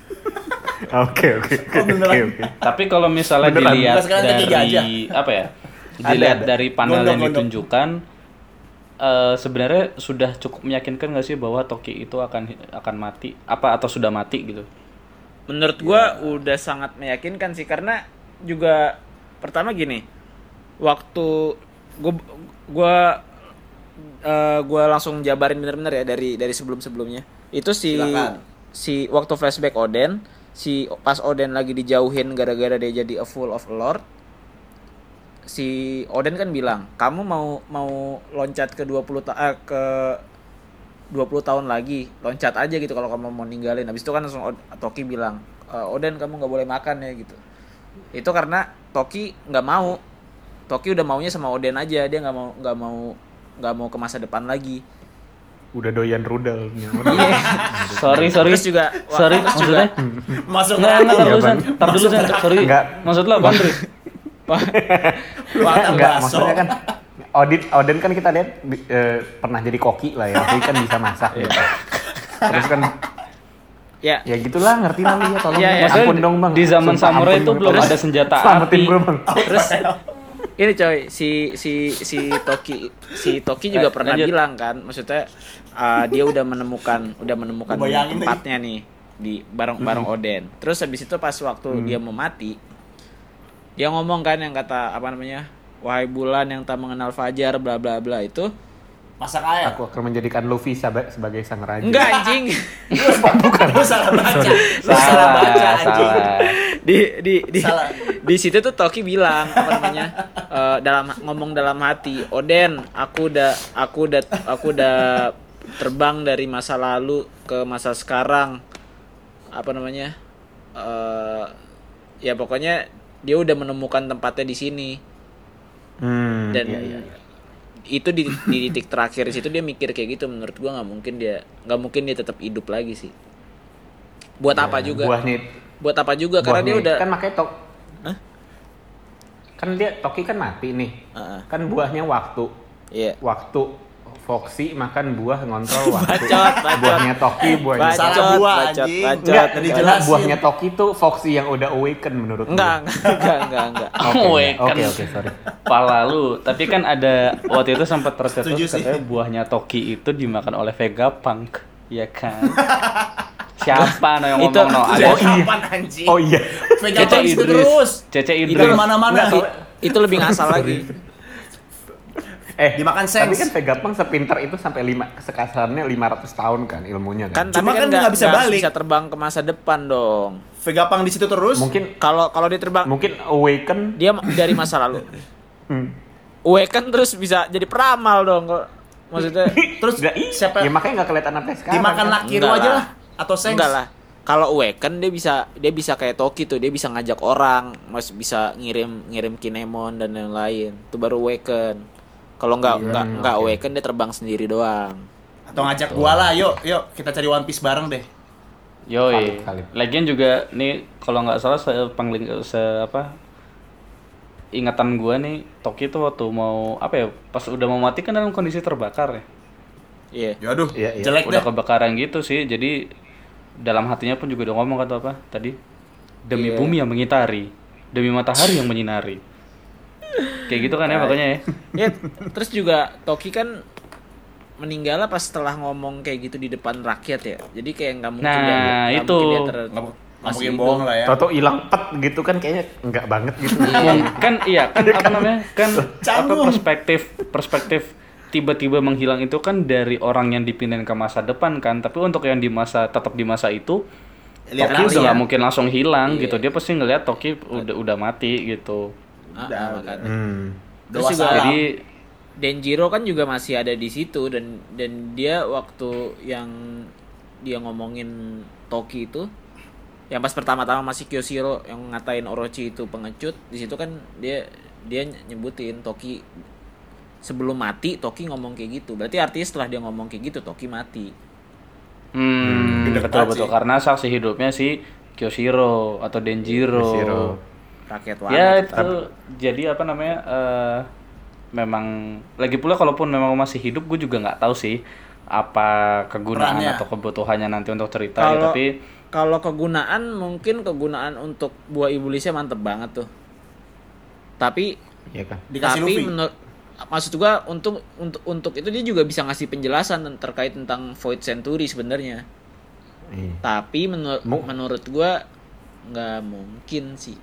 Oke oke oke Oh, beneran. oke, oke. Tapi kalau misalnya Beneran. dilihat Bukan sekarang ketiga aja. dari apa ya? Dilihat ada. dari panel Gondok, yang gondok. ditunjukkan, eh, sebenarnya sudah cukup meyakinkan nggak sih bahwa Toki itu akan akan mati? Apa atau sudah mati gitu? Menurut gua udah sangat meyakinkan sih karena juga pertama gini. Waktu gua gua eh, gua langsung jabarin bener-bener ya dari dari sebelum-sebelumnya. Itu si Silakan. si waktu flashback Oden, si pas Oden lagi dijauhin gara-gara dia jadi a fool of a lord. Si Oden kan bilang, "Kamu mau mau loncat ke dua puluh ta- eh, ke dua puluh tahun lagi, loncat aja gitu kalau kamu mau ninggalin." Habis itu kan langsung Od- Toki bilang, "E, Oden kamu nggak boleh makan ya gitu." Itu karena Toki nggak mau. Toki udah maunya sama Oden aja, dia nggak mau nggak mau nggak mau ke masa depan lagi. Udah doyan rudal. Sorry, sorry. Terus juga sorry, terus juga maksudnya Masuk Enggak, enggak, tar Iya, dulu, Bang. San. Tar dulu, San. Sorry. Enggak. Maksud lo apa, Andri? Enggak, maksudnya kan Odin, Odin kan kita lihat eh, pernah jadi koki lah ya, jadi kan bisa masak gitu. Terus kan ya ya gitulah, ngerti lah lu ya, tolong Iya, iya. ya, ampun dong bang. Di zaman Sumpah, samurai ampun itu dong, belum tolong. ada senjata Selamatin api. gue bang. terus ini coy, si si si Toki si Toki juga Eh, pernah lanjut. bilang kan, maksudnya uh, dia udah menemukan udah menemukan Gua bayangin tempatnya nih di bareng bareng Oden. Terus habis itu pas waktu dia mau mati, dia ngomong kan yang kata apa namanya, wahai bulan yang tak mengenal fajar, bla bla bla itu. Masak air. Aku akan menjadikan Luffy sab- sebagai sang raja. Enggak anjing. Bukan. Lu salah baca. Lu salah Salah, baca anjing. salah. di di di Salah. di situ tuh Toki bilang apa namanya eh, dalam ngomong dalam hati, Oden, aku udah aku udah aku udah terbang dari masa lalu ke masa sekarang, apa namanya eh ya pokoknya dia udah menemukan tempatnya di sini. Hmm, Dan iya, iya, iya. itu di, di titik terakhir situ dia mikir kayak gitu. Menurut gua nggak mungkin dia nggak mungkin dia tetap hidup lagi sih. Buat apa juga? Buahnya, Buat apa juga? Karena dia buahnya- udah kan makanya tok. Hah? Kan dia Toki kan mati nih. Heeh. Kan buahnya waktu. Iya. Waktu Foxy makan buah ngontrol waktu. Bacot, bacot. Buahnya Toki, buahnya Bacot, Salah buah, bacot, anjing. bacot. Enggak, Tadi karena jelasin. buahnya Toki tuh Foxy yang udah awaken menurut Enggak, gua. enggak, enggak, enggak. Oke, Awaken. Oke, oke, sorry. Pala lu. Tapi kan ada waktu itu sempat tercetus Setuju sih. katanya buahnya Toki itu dimakan oleh Vegapunk, ya kan? Siapa no yang Itu- ngomong no? Ada Oh, iya. Kapan anjing? Oh iya. Vegapunk Cece di situ Idris. terus. Cece Itu Idris. kemana-mana. Enggak, soalnya- Itu lebih ngasal lagi. Eh, Dimakan tapi sengs. kan Vegapunk sepintar itu sampai lima sekasarnya lima ratus tahun kan ilmunya Kan kan. tapi Cuma kan nggak- nggak bisa nggak balik. bisa terbang ke masa depan dong. Vegapunk di situ terus. Mungkin Kalau kalau dia terbang mungkin awaken dia dari masa lalu. hmm. Awaken terus bisa jadi peramal dong. Kalau- Maksudnya Terus Nggak, iya. siapa Ya makanya nggak kelihatan sampai sekarang. dimakan kan. Lakiru Enggak aja lah. lah atau Sengs? enggak lah. Kalau Awaken dia bisa dia bisa kayak Toki tuh, dia bisa ngajak orang, masih bisa ngirim ngirim Kinemon dan lain-lain. Itu baru Awaken. Kalau nggak Iya, nggak nggak oke. Awaken dia terbang sendiri doang. Atau ngajak gua lah, yuk, yuk kita cari One Piece bareng deh. Yoi. Valid, valid. Lagian juga nih kalau nggak salah saya pangling se apa ingatan gua nih Toki tuh waktu mau apa ya pas udah mau mati kan dalam kondisi terbakar ya. Iya. Ya aduh, Iya, iya. jelek Udah deh. kebakaran gitu sih. Jadi dalam hatinya pun juga udah ngomong kata apa tadi? Demi Iya. bumi yang mengitari, demi matahari yang menyinari. Kayak gitu kan ya pokoknya ya. Ya, terus juga Toki kan meninggalnya pas setelah ngomong kayak gitu di depan rakyat ya. Jadi kayak nggak mungkin Nah, dia, nggak itu. mungkin dia ter- Nggak nggak masih mungkin hidup. bohong lah ya. Toto hilang pet gitu kan kayaknya enggak banget gitu. kan iya kan apa namanya kan apa Canggung. perspektif perspektif tiba-tiba menghilang itu kan dari orang yang dipindahin ke masa depan kan, tapi untuk yang di masa tetap di masa itu Lihat Toki lagi udah ya. nggak mungkin langsung hilang Iya. gitu, dia pasti ngelihat Toki udah udah mati gitu. Ah, Udah, ah, udah. makanya. Hmm. Terus Doa juga salam. Jadi Denjiro kan juga masih ada di situ dan dan dia waktu yang dia ngomongin Toki itu yang pas pertama-tama masih Kyoshiro yang ngatain Orochi itu pengecut, di situ kan dia dia nyebutin Toki sebelum mati Toki ngomong kayak gitu. Berarti artinya setelah dia ngomong kayak gitu Toki mati. hmm, Gede betul banget betul sih. karena saksi hidupnya si Kyoshiro atau Denjiro. Denjiro. Rakyat Ya wanita. itu jadi apa namanya eh, memang lagi pula kalaupun memang masih hidup gue juga nggak tahu sih apa kegunaan Perannya. atau kebutuhannya nanti untuk cerita ya, Kalau tapi kalau kegunaan mungkin kegunaan untuk buah iblisnya mantep banget tuh. Tapi Iya kan. Dikasih tapi Luffy. menur- maksud gua untuk untuk untuk itu dia juga bisa ngasih penjelasan ten- terkait tentang Void Century sebenarnya. Iya. Tapi menur- Mu- menurut gua nggak mungkin sih.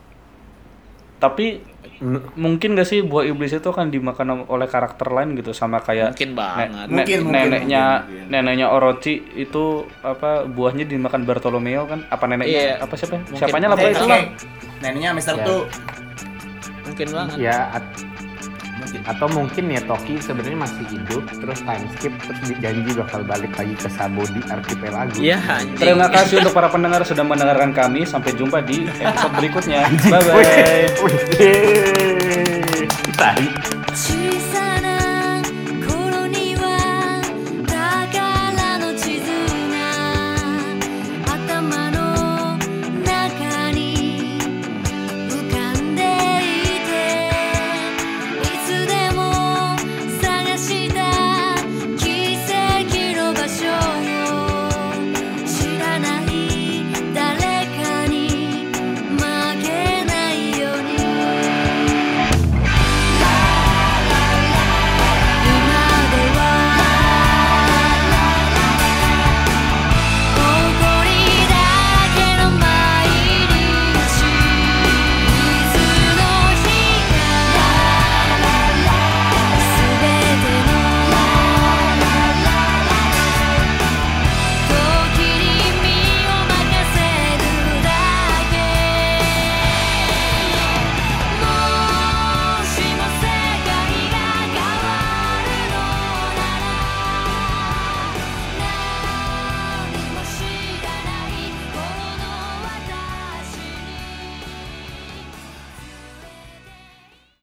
tapi Men- mungkin gak sih buah iblis itu akan dimakan oleh karakter lain gitu sama kayak Mungkin banget. ne- Mungkin, mungkin, neneknya mungkin, mungkin. neneknya Orochi itu apa buahnya dimakan Bartolomeo kan apa neneknya Iya. apa siapa Mungkin. siapanya lah Oke, pokoknya itu oke. lah. Neneknya Mister Ya. tuh. Mungkin banget. Ya at- atau mungkin ya Toki sebenarnya masih hidup terus time skip terus janji bakal balik lagi ke Sabodi Archipelago. Iya anjing. Terima kasih untuk para pendengar sudah mendengarkan kami, sampai jumpa di episode berikutnya. Bye Wih, bye. wih, wih. Tai. 小さ